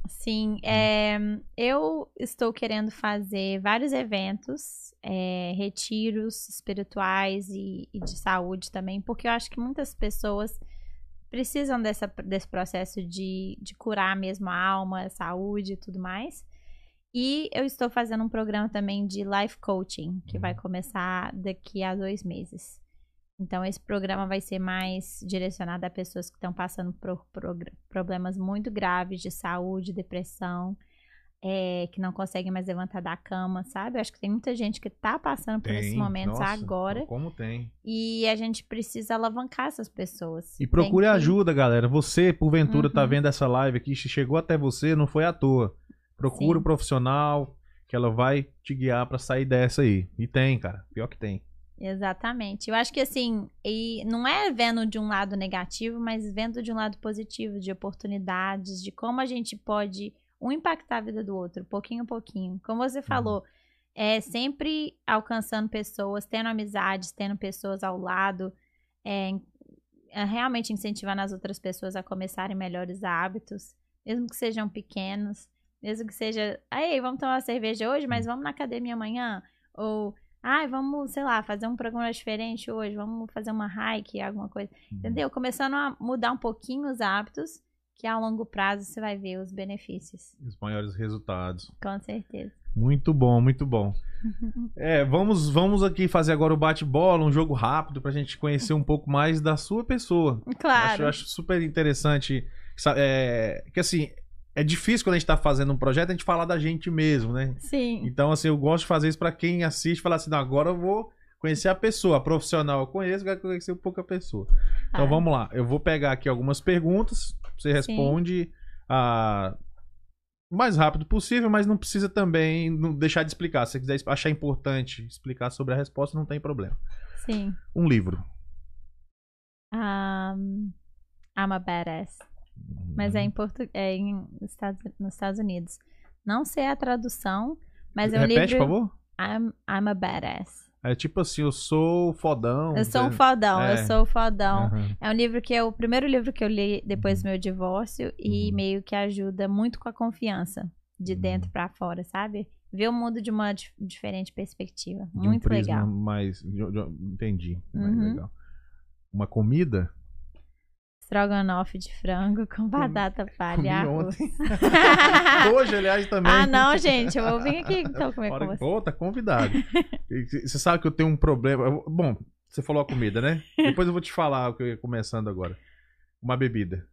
Sim, eu estou querendo fazer vários eventos, retiros espirituais e de saúde também, porque eu acho que muitas pessoas precisam desse processo de curar mesmo a alma, a saúde e tudo mais. E eu estou fazendo um programa também de life coaching, que vai começar daqui a 2 meses. Então, esse programa vai ser mais direcionado a pessoas que estão passando por problemas muito graves de saúde, depressão, que não conseguem mais levantar da cama, sabe? Eu acho que tem muita gente que tá passando por esses momentos agora. Como tem. E a gente precisa alavancar essas pessoas. E procure ajuda, galera. Você, porventura, tá vendo essa live aqui, se chegou até você, não foi à toa. Procure um profissional, que ela vai te guiar pra sair dessa aí. E tem, cara. Pior que tem. Exatamente. Eu acho que assim, e não é vendo de um lado negativo, mas vendo de um lado positivo, de oportunidades, de como a gente pode impactar a vida do outro, pouquinho a pouquinho. Como você falou, sempre alcançando pessoas, tendo amizades, tendo pessoas ao lado, realmente incentivando as outras pessoas a começarem melhores hábitos, mesmo que sejam pequenos, mesmo que seja, aí, vamos tomar uma cerveja hoje, mas vamos na academia amanhã, ou vamos, sei lá, fazer um programa diferente hoje, vamos fazer uma hike, alguma coisa, entendeu? Começando a mudar um pouquinho os hábitos, que a longo prazo você vai ver os benefícios. Os maiores resultados. Com certeza. Muito bom, muito bom. Vamos aqui fazer agora o bate-bola, um jogo rápido pra gente conhecer um pouco mais da sua pessoa. Claro. Eu acho super interessante, que assim, é difícil quando a gente tá fazendo um projeto a gente falar da gente mesmo, né? Sim. Então, assim, eu gosto de fazer isso pra quem assiste, falar assim, não, agora eu vou conhecer a pessoa, a profissional eu conheço, quero conhecer um pouco a pessoa. Então vamos lá, eu vou pegar aqui algumas perguntas, você responde o mais rápido possível, mas não precisa também não deixar de explicar. Se você quiser achar importante explicar sobre a resposta, não tem problema. Sim. Um livro. I'm a Badass. Mas nos Estados Unidos. Não sei a tradução, mas é um livro... Repete, por favor. I'm a Badass. É tipo assim, eu sou fodão. Eu sou um fodão, eu sou um fodão. É um livro que é o primeiro livro que eu li depois do meu divórcio e meio que ajuda muito com a confiança de dentro pra fora, sabe? Ver o mundo de uma diferente perspectiva. De muito um prisma legal. Entendi. Mais legal. Uma comida? Estrogonofe de frango com batata palha e arroz. Hoje, aliás, também. Não, gente, eu vou vir aqui então comer com você. Pô, tá convidado. Você sabe que eu tenho um problema. Bom, você falou a comida, né? Depois eu vou te falar o que eu ia começando agora. Uma bebida.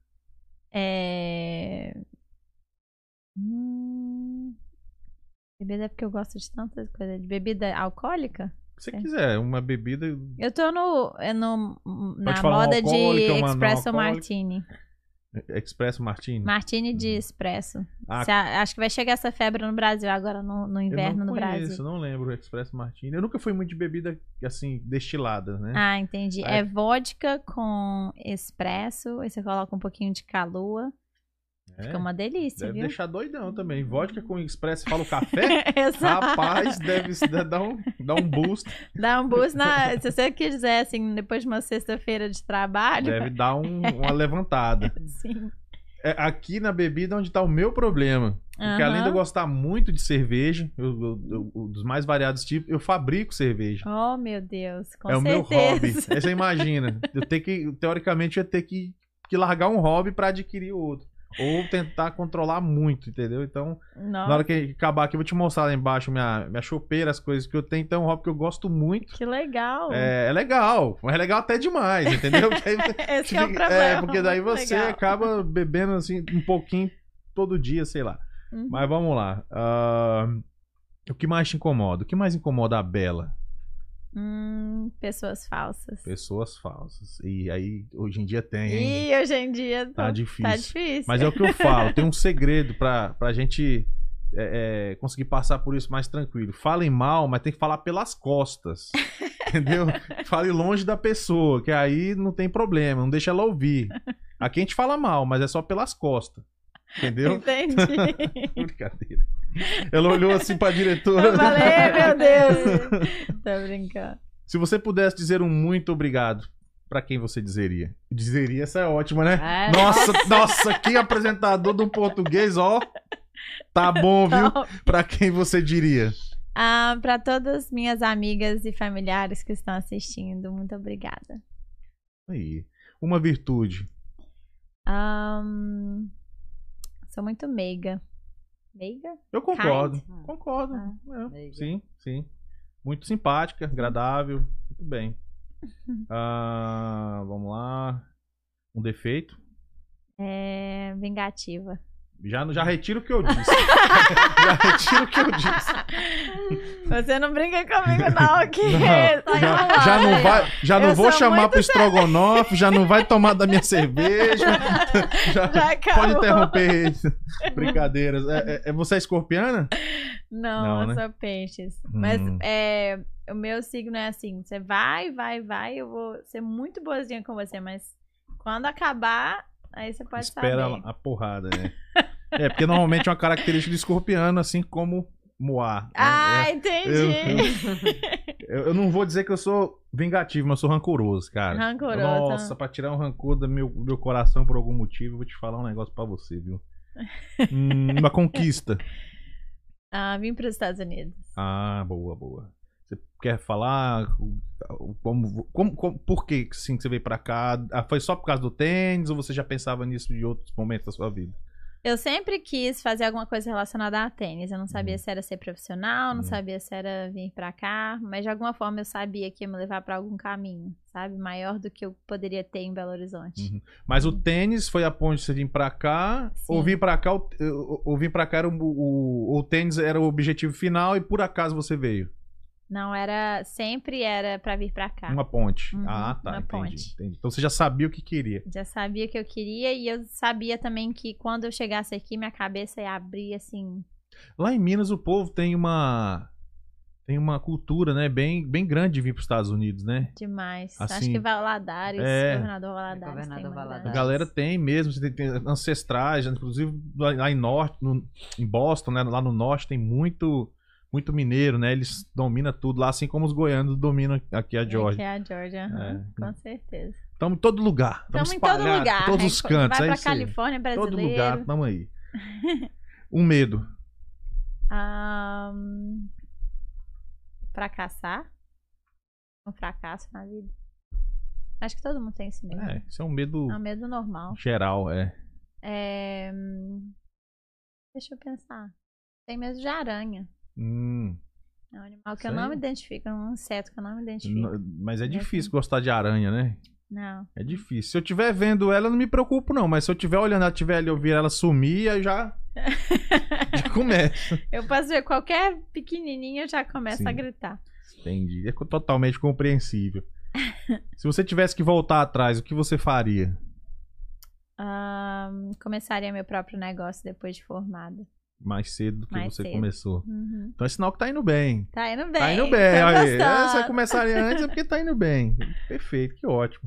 Bebida é porque eu gosto de tantas coisas. De bebida alcoólica? Se você quiser, uma bebida. Eu tô na moda de Espresso Martini. Expresso Martini? Martini de espresso. Acho que vai chegar essa febre no Brasil agora, no inverno no Brasil. Eu não lembro o Expresso Martini. Eu nunca fui muito de bebida, assim, destilada, né? Ah, entendi. É vodka com espresso, aí você coloca um pouquinho de Calua. Fica uma delícia, deve viu? deixar doidão também. Vodka com expresso, fala o café. Exato. Rapaz, deve dar um boost. Dá um boost se você quiser, assim, depois de uma sexta-feira de trabalho. Deve dar uma levantada. Sim. Aqui na bebida onde tá o meu problema. Porque além de eu gostar muito de cerveja, dos mais variados tipos, eu fabrico cerveja. Oh, meu Deus, com certeza. É o meu hobby. Aí você imagina. Teoricamente, eu ia ter que largar um hobby pra adquirir outro. Ou tentar controlar muito, entendeu? Então, na hora que acabar aqui, eu vou te mostrar lá embaixo minha chopeira, as coisas que eu tenho. Então, é um hobby que eu gosto muito. Que legal. É legal, mas é legal até demais, entendeu? Esse é o problema. Porque daí você acaba bebendo assim um pouquinho todo dia, sei lá. Mas vamos lá. O que mais te incomoda? O que mais incomoda a Bela? Pessoas falsas. Pessoas falsas. E aí, hoje em dia tem, hein? E hoje em dia tá difícil. Tá difícil. Mas é o que eu falo, tem um segredo pra gente conseguir passar por isso mais tranquilo. Falem mal, mas tem que falar pelas costas. Entendeu? Fale longe da pessoa, que aí não tem problema, não deixa ela ouvir. Aqui a gente fala mal, mas é só pelas costas. Entendeu? Entendi. Brincadeira. Ela olhou assim pra diretora. Eu falei, meu Deus. Tô brincando. Se você pudesse dizer um muito obrigado pra quem você dizeria? Dizeria, essa é ótima, né? É. Nossa, que apresentador do português, ó. Tá bom, viu? Pra quem você diria? Para todas minhas amigas e familiares que estão assistindo, muito obrigada. Aí. Uma virtude. Sou muito meiga. Meiga? Eu concordo. Kind? Concordo. Meiga. Sim. Muito simpática, agradável. Muito bem. Vamos lá. Um defeito. Vingativa. Já retiro o que eu disse. Já retiro o que eu disse. Você não brinca comigo, não, que Já não vou chamar pro estrogonofe, já não vai tomar da minha cerveja. Já pode interromper isso. Brincadeiras. Você é escorpiana? Não, Não, né? eu sou peixes. Mas o meu signo é assim: você vai, eu vou ser muito boazinha com você, mas quando acabar, aí você pode Espera saber. a porrada, né? Porque normalmente é uma característica do escorpiano, assim como Moá. Entendi. Eu não vou dizer que eu sou vingativo, mas eu sou rancoroso, cara. Rancoroso. Nossa, pra tirar um rancor do meu coração por algum motivo, eu vou te falar um negócio pra você, viu? Uma conquista. Vim para os Estados Unidos. Boa. Você quer falar por que sim, que você veio pra cá? Foi só por causa do tênis ou você já pensava nisso em outros momentos da sua vida? Eu sempre quis fazer alguma coisa relacionada a tênis. Eu não sabia se era ser profissional, não sabia se era vir pra cá, mas de alguma forma eu sabia que ia me levar pra algum caminho, sabe? Maior do que eu poderia ter em Belo Horizonte. Mas o tênis foi a ponte de você vir pra cá? Sim. Ou vir pra cá era o tênis era o objetivo final e por acaso você veio? Não, sempre era pra vir pra cá. Uma ponte. Uma Entendi, ponte. entendi. Então você já sabia o que queria. Já sabia o que eu queria e eu sabia também que quando eu chegasse aqui, minha cabeça ia abrir assim. Lá em Minas o povo tem uma cultura, né, bem grande de vir para os Estados Unidos, né? Demais. Assim, Acho que Valadares, governador Valadares. Governador tem uma Valadares. A grande. galera tem mesmo, você tem ancestrais, inclusive lá em em Boston, né, lá no norte tem muito mineiro, né? Eles dominam tudo lá, assim como os goianos dominam aqui a Georgia. Aqui é a Georgia, com certeza. Estamos em todo lugar. Estamos em todo lugar. Todos os cantos. Vai é pra isso aí. Califórnia, brasileiro. Todo lugar, estamos aí. Um medo. Fracassar. Um fracasso na vida. Acho que todo mundo tem esse medo. Isso é um medo É um medo normal. geral, Deixa eu pensar. Tem medo de aranha. É um animal que eu não me identifico, é um inseto que eu não me identifico. Mas é difícil gostar de aranha, né? Não. É difícil. Se eu estiver vendo ela, eu não me preocupo, não. Mas se eu estiver olhando ela, estiver ali, eu ver ela sumir, aí já começa. Eu posso ver qualquer pequenininho, eu já começo a gritar. Entendi. É totalmente compreensível. Se você tivesse que voltar atrás, o que você faria? Começaria meu próprio negócio depois de formada. Mais cedo do que você cedo. começou. Então é sinal que tá indo bem. Tá indo bem. Tá indo bem. Tô Aí. gostando. Se você começaria antes é porque tá indo bem. Perfeito, que ótimo.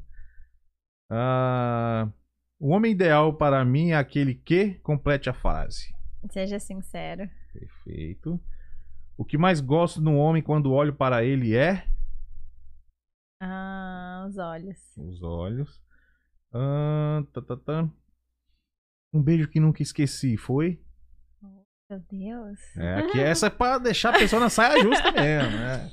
O homem ideal para mim é aquele que complete a frase. Seja sincero. Perfeito. O que mais gosto no homem quando olho para ele é? Os olhos. Os olhos. Um beijo que nunca esqueci, foi? Meu Deus. Aqui essa é pra deixar a pessoa na saia justa mesmo, né?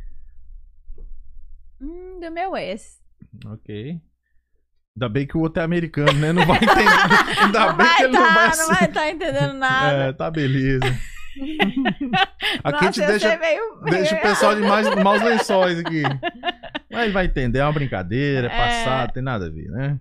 Do meu ex. Ok. Ainda bem que o outro é americano, né? Não vai entender. Ainda bem que ele não vai Não vai estar entendendo nada. Tá beleza. Aqui a gente Nossa, deixa o pessoal de maus lençóis aqui. Mas ele vai entender, é uma brincadeira, é passado, tem nada a ver, né?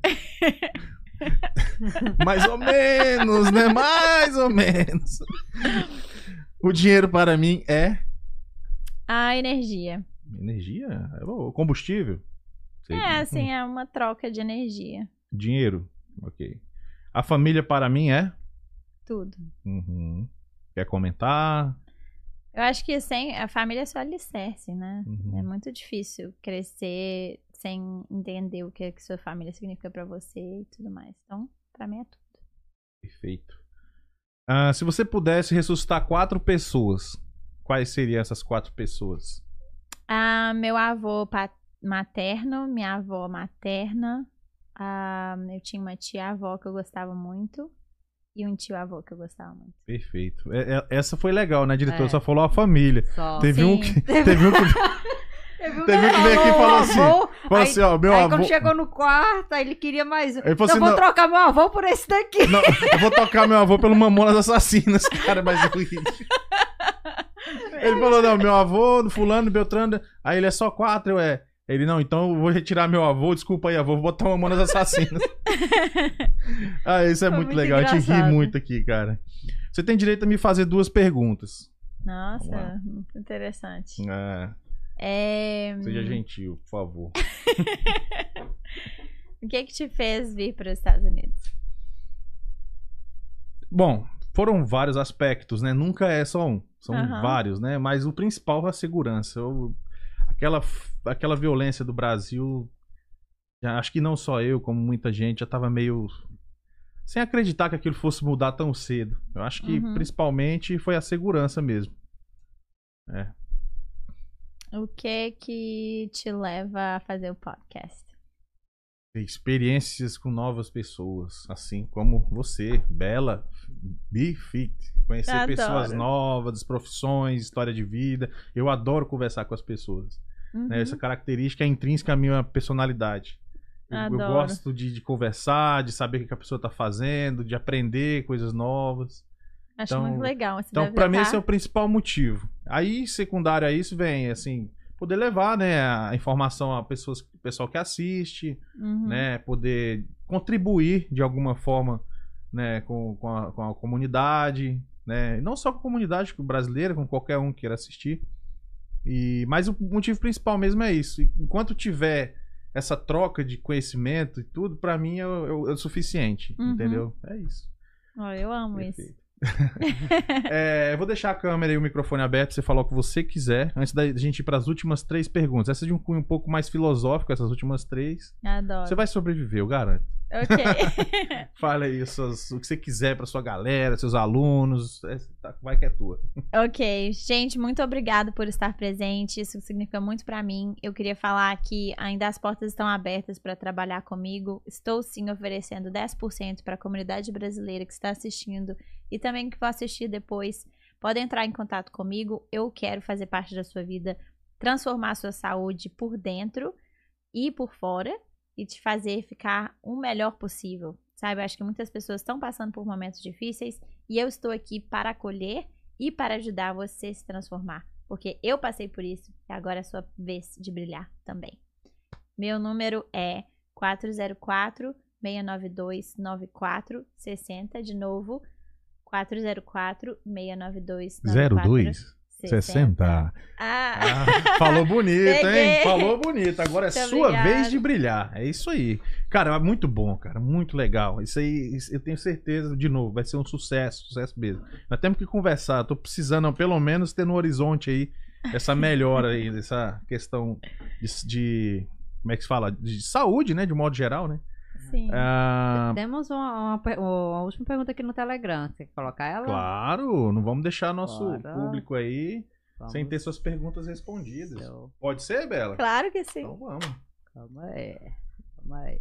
Mais ou menos, né? Mais ou menos. O dinheiro para mim é? A energia. Energia? É o combustível? Assim, é uma troca de energia. Dinheiro? Ok. A família para mim é? Tudo. Quer comentar? Eu acho que a família é só alicerce, né? É muito difícil crescer sem entender o que sua família significa pra você e tudo mais. Então, pra mim é tudo. Perfeito. Se você pudesse ressuscitar 4 pessoas, quais seriam essas 4 pessoas? Meu avô materno, minha avó materna, eu tinha uma tia-avó que eu gostava muito e um tio-avô que eu gostava muito. Perfeito. Essa foi legal, né, diretor? Só falou a família. Só. Teve um que veio aqui e falou assim, ó, meu aí avô... quando chegou no quarto, aí ele queria mais um. Ele falou assim, vou trocar meu avô por esse daqui. Não, eu vou trocar meu avô pelo Mamonas Assassinas, cara, mas eu ri. Ele falou, não, meu avô, fulano, Beltrano, aí ele é só 4, Ele, não, então eu vou retirar meu avô, desculpa aí, avô, vou botar uma Mamonas Assassinas. Isso é muito legal, engraçado. A gente ri muito aqui, cara. Você tem direito a me fazer 2 perguntas. Nossa, muito interessante. Seja gentil, por favor. O que te fez vir para os Estados Unidos? Bom, foram vários aspectos, né? Nunca é só um, são vários, né? Mas o principal é a segurança. Aquela violência do Brasil, acho que não só eu, como muita gente, já tava meio sem acreditar que aquilo fosse mudar tão cedo. Eu acho que principalmente foi a segurança mesmo. O que te leva a fazer o podcast? Experiências com novas pessoas, assim como você, Bela, Be Fit. Conhecer pessoas novas, profissões, história de vida. Eu adoro conversar com as pessoas. Né? Essa característica é intrínseca à minha personalidade. Eu gosto de conversar, de saber o que a pessoa está fazendo, de aprender coisas novas. Acho muito legal. Então, para mim, esse é o principal motivo. Aí, secundário a isso, vem, assim, poder levar, né, a informação a pessoal que assiste, né, poder contribuir de alguma forma, né, com a comunidade, né, não só com a comunidade brasileira, com qualquer um que queira assistir. Mas o motivo principal mesmo é isso. Enquanto tiver essa troca de conhecimento e tudo, para mim é o suficiente, entendeu? É isso. Eu amo isso. Eu vou deixar a câmera e o microfone aberto, você falar o que você quiser, antes da gente ir para as últimas 3 perguntas. Essa é de um cunho um pouco mais filosófico, essas últimas 3. Adoro. Você vai sobreviver, eu garanto. Ok. Fala aí o que você quiser para sua galera, seus alunos, vai que é tua. Ok, gente, muito obrigada por estar presente, isso significa muito para mim. Eu queria falar que ainda as portas estão abertas para trabalhar comigo. Estou sim oferecendo 10% para a comunidade brasileira que está assistindo e também que vai assistir depois. Pode entrar em contato comigo, eu quero fazer parte da sua vida, transformar a sua saúde por dentro e por fora e te fazer ficar o melhor possível, sabe? Eu acho que muitas pessoas estão passando por momentos difíceis e eu estou aqui para acolher e para ajudar você a se transformar, porque eu passei por isso e agora é a sua vez de brilhar também. Meu número é 404-692-9460, de novo, 404-692-9460. 60. Falou bonito, hein? Falou bonito. Agora é sua vez de brilhar. É isso aí. Cara, é muito bom, cara. Muito legal. Isso aí, eu tenho certeza, de novo, vai ser um sucesso mesmo. Nós temos que conversar. Tô precisando, pelo menos, ter no horizonte aí essa melhora aí, dessa questão de como é que se fala? De saúde, né? De modo geral, né? Sim. Temos uma última pergunta aqui no Telegram. Você quer colocar ela? Claro, não vamos deixar nosso público aí sem ter suas perguntas respondidas. Pode ser, Bela? Claro que sim. Então vamos. Calma aí.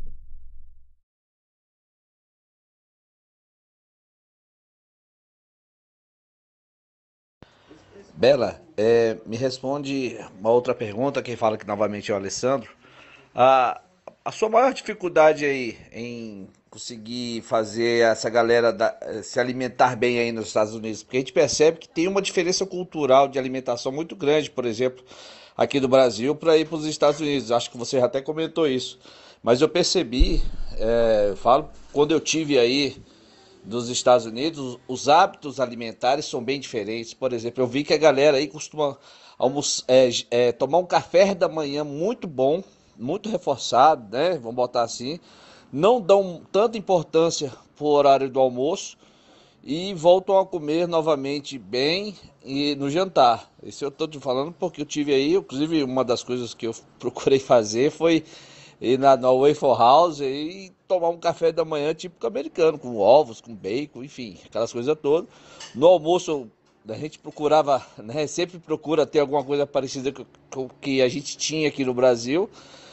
Bela, me responde uma outra pergunta. Quem fala aqui novamente é o Alessandro. A sua maior dificuldade aí em conseguir fazer essa galera se alimentar bem aí nos Estados Unidos? Porque a gente percebe que tem uma diferença cultural de alimentação muito grande, por exemplo, aqui do Brasil para ir para os Estados Unidos. Acho que você já até comentou isso. Mas eu percebi, quando eu tive aí dos Estados Unidos, os hábitos alimentares são bem diferentes. Por exemplo, eu vi que a galera aí costuma tomar um café da manhã muito bom, muito reforçado, né? Vamos botar assim. Não dão tanta importância pro horário do almoço e voltam a comer novamente bem e no jantar. Isso eu tô te falando porque eu tive aí, inclusive uma das coisas que eu procurei fazer foi ir na Waffle House e tomar um café da manhã típico americano, com ovos, com bacon, enfim, aquelas coisas todas. No almoço eu A gente procurava, né, sempre procura ter alguma coisa parecida com o que a gente tinha aqui no Brasil,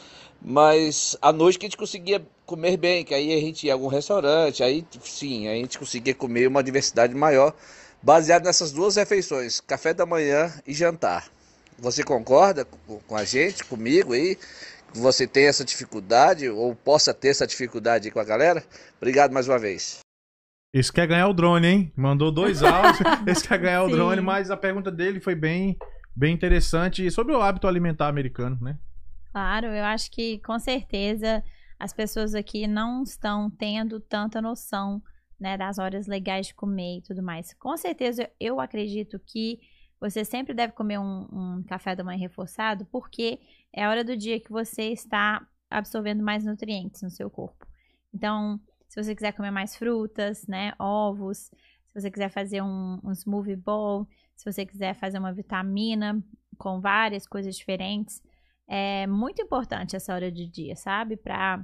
mas à noite que a gente conseguia comer bem, que aí a gente ia a algum restaurante, aí sim, a gente conseguia comer uma diversidade maior, baseado nessas duas refeições, café da manhã e jantar. Você concorda com a gente, comigo aí? Que você tem essa dificuldade, ou possa ter essa dificuldade aí com a galera? Obrigado mais uma vez. Esse quer ganhar o drone, hein? Mandou 2 áudios. Esse quer ganhar o Sim. drone, mas a pergunta dele foi bem interessante sobre o hábito alimentar americano, né? Claro, eu acho que com certeza as pessoas aqui não estão tendo tanta noção, né, das horas legais de comer e tudo mais. Com certeza eu acredito que você sempre deve comer um café da manhã reforçado, porque é a hora do dia que você está absorvendo mais nutrientes no seu corpo. Então, se você quiser comer mais frutas, né, ovos, se você quiser fazer um smoothie bowl, se você quiser fazer uma vitamina com várias coisas diferentes, é muito importante essa hora de dia, sabe?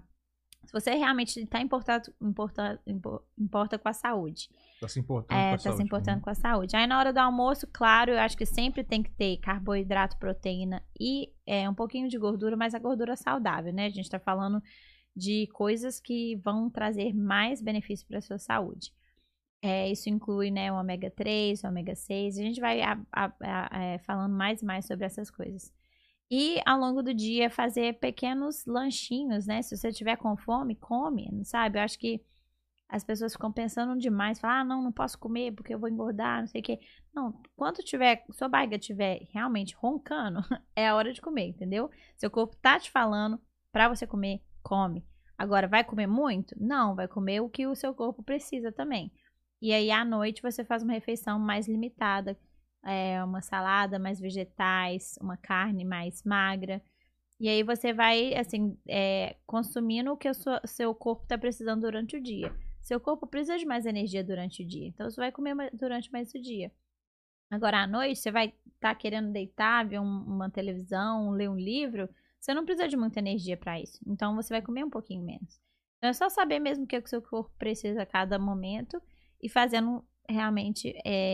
Se você realmente está importa com a saúde. Tá se importando com a Tá saúde. se importando com a saúde. Aí na hora do almoço, claro, eu acho que sempre tem que ter carboidrato, proteína e um pouquinho de gordura, mas a gordura saudável, né? A gente tá falando de coisas que vão trazer mais benefício para a sua saúde. Isso inclui, né, o ômega 3, o ômega 6. A gente vai falando mais e mais sobre essas coisas. E ao longo do dia fazer pequenos lanchinhos, né? Se você tiver com fome, come, sabe? Eu acho que as pessoas ficam pensando demais, falam, não posso comer porque eu vou engordar, não sei o quê. Não, quando sua barriga estiver realmente roncando, é a hora de comer, entendeu? Seu corpo tá te falando pra você comer, come. Agora, vai comer muito? Não, vai comer o que o seu corpo precisa também. E aí, à noite, você faz uma refeição mais limitada, uma salada, mais vegetais, uma carne mais magra. E aí, você vai, assim, consumindo o que o seu corpo tá precisando durante o dia. Seu corpo precisa de mais energia durante o dia, então você vai comer durante mais o dia. Agora, à noite, você vai estar querendo deitar, ver uma televisão, ler um livro, você não precisa de muita energia para isso. Então, você vai comer um pouquinho menos. Então, é só saber mesmo o que o seu corpo precisa a cada momento e fazendo realmente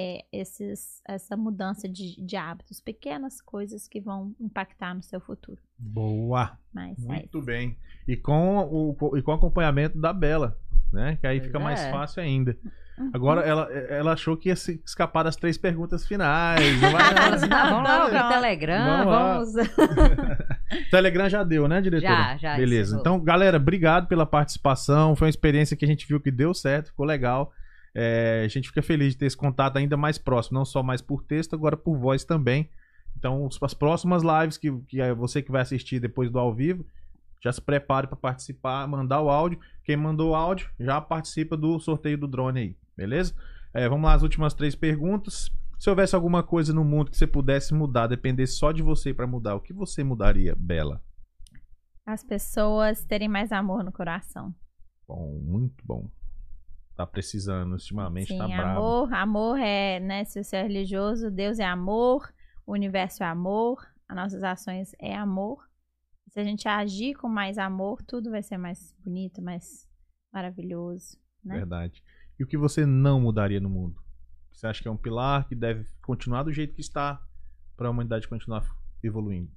essa mudança de hábitos. Pequenas coisas que vão impactar no seu futuro. Boa! Mas muito bem. E com o acompanhamento da Bela, né? Que aí fica mais fácil ainda. Agora, ela achou que ia se escapar das 3 perguntas finais. Não vai... Vamos lá pro Telegram, vamos... Telegram já deu, né, diretora? Já. Beleza. Então, galera, obrigado pela participação. Foi uma experiência que a gente viu que deu certo, ficou legal. A gente fica feliz de ter esse contato ainda mais próximo, não só mais por texto, agora por voz também. Então, as próximas lives que você que vai assistir depois do ao vivo, já se prepare para participar, mandar o áudio. Quem mandou o áudio já participa do sorteio do drone aí, beleza? Vamos lá, as últimas 3 perguntas. Se houvesse alguma coisa no mundo que você pudesse mudar, dependesse só de você para mudar, o que você mudaria, Bela? As pessoas terem mais amor no coração. Bom, muito bom. Tá precisando, ultimamente. Sim, tá bravo. Amor né? Se você é religioso, Deus é amor, o universo é amor, as nossas ações é amor. Se a gente agir com mais amor, tudo vai ser mais bonito, mais maravilhoso, né? Verdade. E o que você não mudaria no mundo? Você acha que é um pilar que deve continuar do jeito que está para a humanidade continuar evoluindo?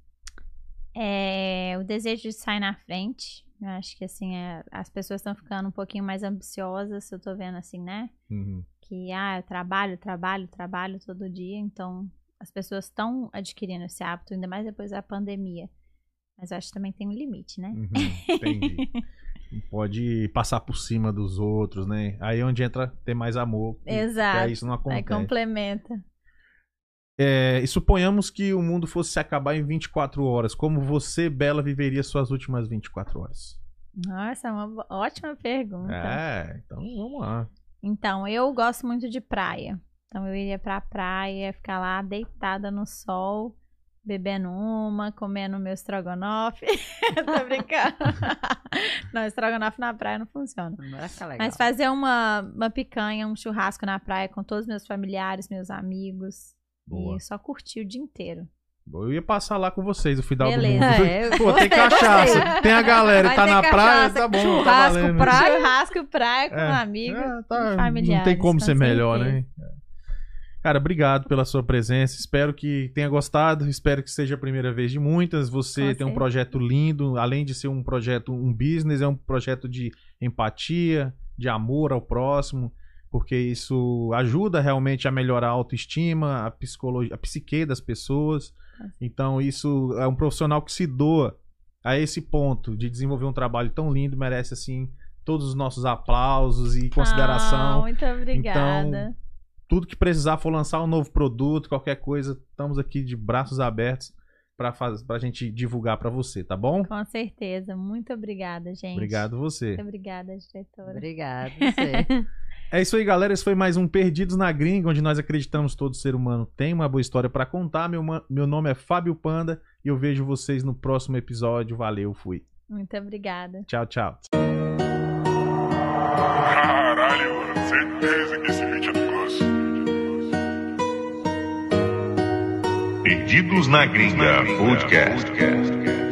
O desejo de sair na frente. Eu acho que assim, as pessoas estão ficando um pouquinho mais ambiciosas, eu tô vendo assim, né? Uhum. Que eu trabalho todo dia, então as pessoas estão adquirindo esse hábito, ainda mais depois da pandemia. Mas eu acho que também tem um limite, né? Entendi. Não pode passar por cima dos outros, né? Aí é onde entra ter mais amor. Exato. Que aí isso não acontece. Aí complementa. E suponhamos que o mundo fosse se acabar em 24 horas. Como você, Bela, viveria suas últimas 24 horas? Nossa, é uma ótima pergunta. Então vamos lá. Então, eu gosto muito de praia. Então eu iria pra praia, ficar lá deitada no sol, bebendo comendo meu estrogonofe. Tô brincando. Não, estrogonofe na praia não funciona. Não vai ficar legal. Mas fazer uma picanha, um churrasco na praia com todos os meus familiares, meus amigos. Boa. E só curtir o dia inteiro. Eu ia passar lá com vocês no final Beleza. do mundo. Pô, tem cachaça. Tem a galera, tá na praia, tá bom. Churrasco, tá praia. Churrasco, praia com amigos e familiares. Não tem como ser com melhor, certeza. né? Cara, obrigado pela sua presença. Espero que tenha gostado. Espero que seja a primeira vez de muitas. Você tem um projeto lindo. Além de ser um projeto, um business, é um projeto de empatia, de amor ao próximo, porque isso ajuda realmente a melhorar a autoestima, a psicologia, a psique das pessoas. Então, isso é um profissional que se doa a esse ponto de desenvolver um trabalho tão lindo, merece, assim, todos os nossos aplausos e consideração. Muito obrigada. Então, tudo que precisar for lançar um novo produto, qualquer coisa, estamos aqui de braços abertos pra gente divulgar pra você, tá bom? Com certeza. Muito obrigada, gente. Obrigado você. Muito obrigada, diretora. Obrigada, você. É isso aí, galera. Esse foi mais um Perdidos na Gringa, onde nós acreditamos que todo ser humano tem uma boa história pra contar. Meu nome é Fábio Panda e eu vejo vocês no próximo episódio. Valeu, fui. Muito obrigada. Tchau, tchau. Caralho, mano. Certeza que esse vídeo é grosso. Perdidos na Gringa Podcast.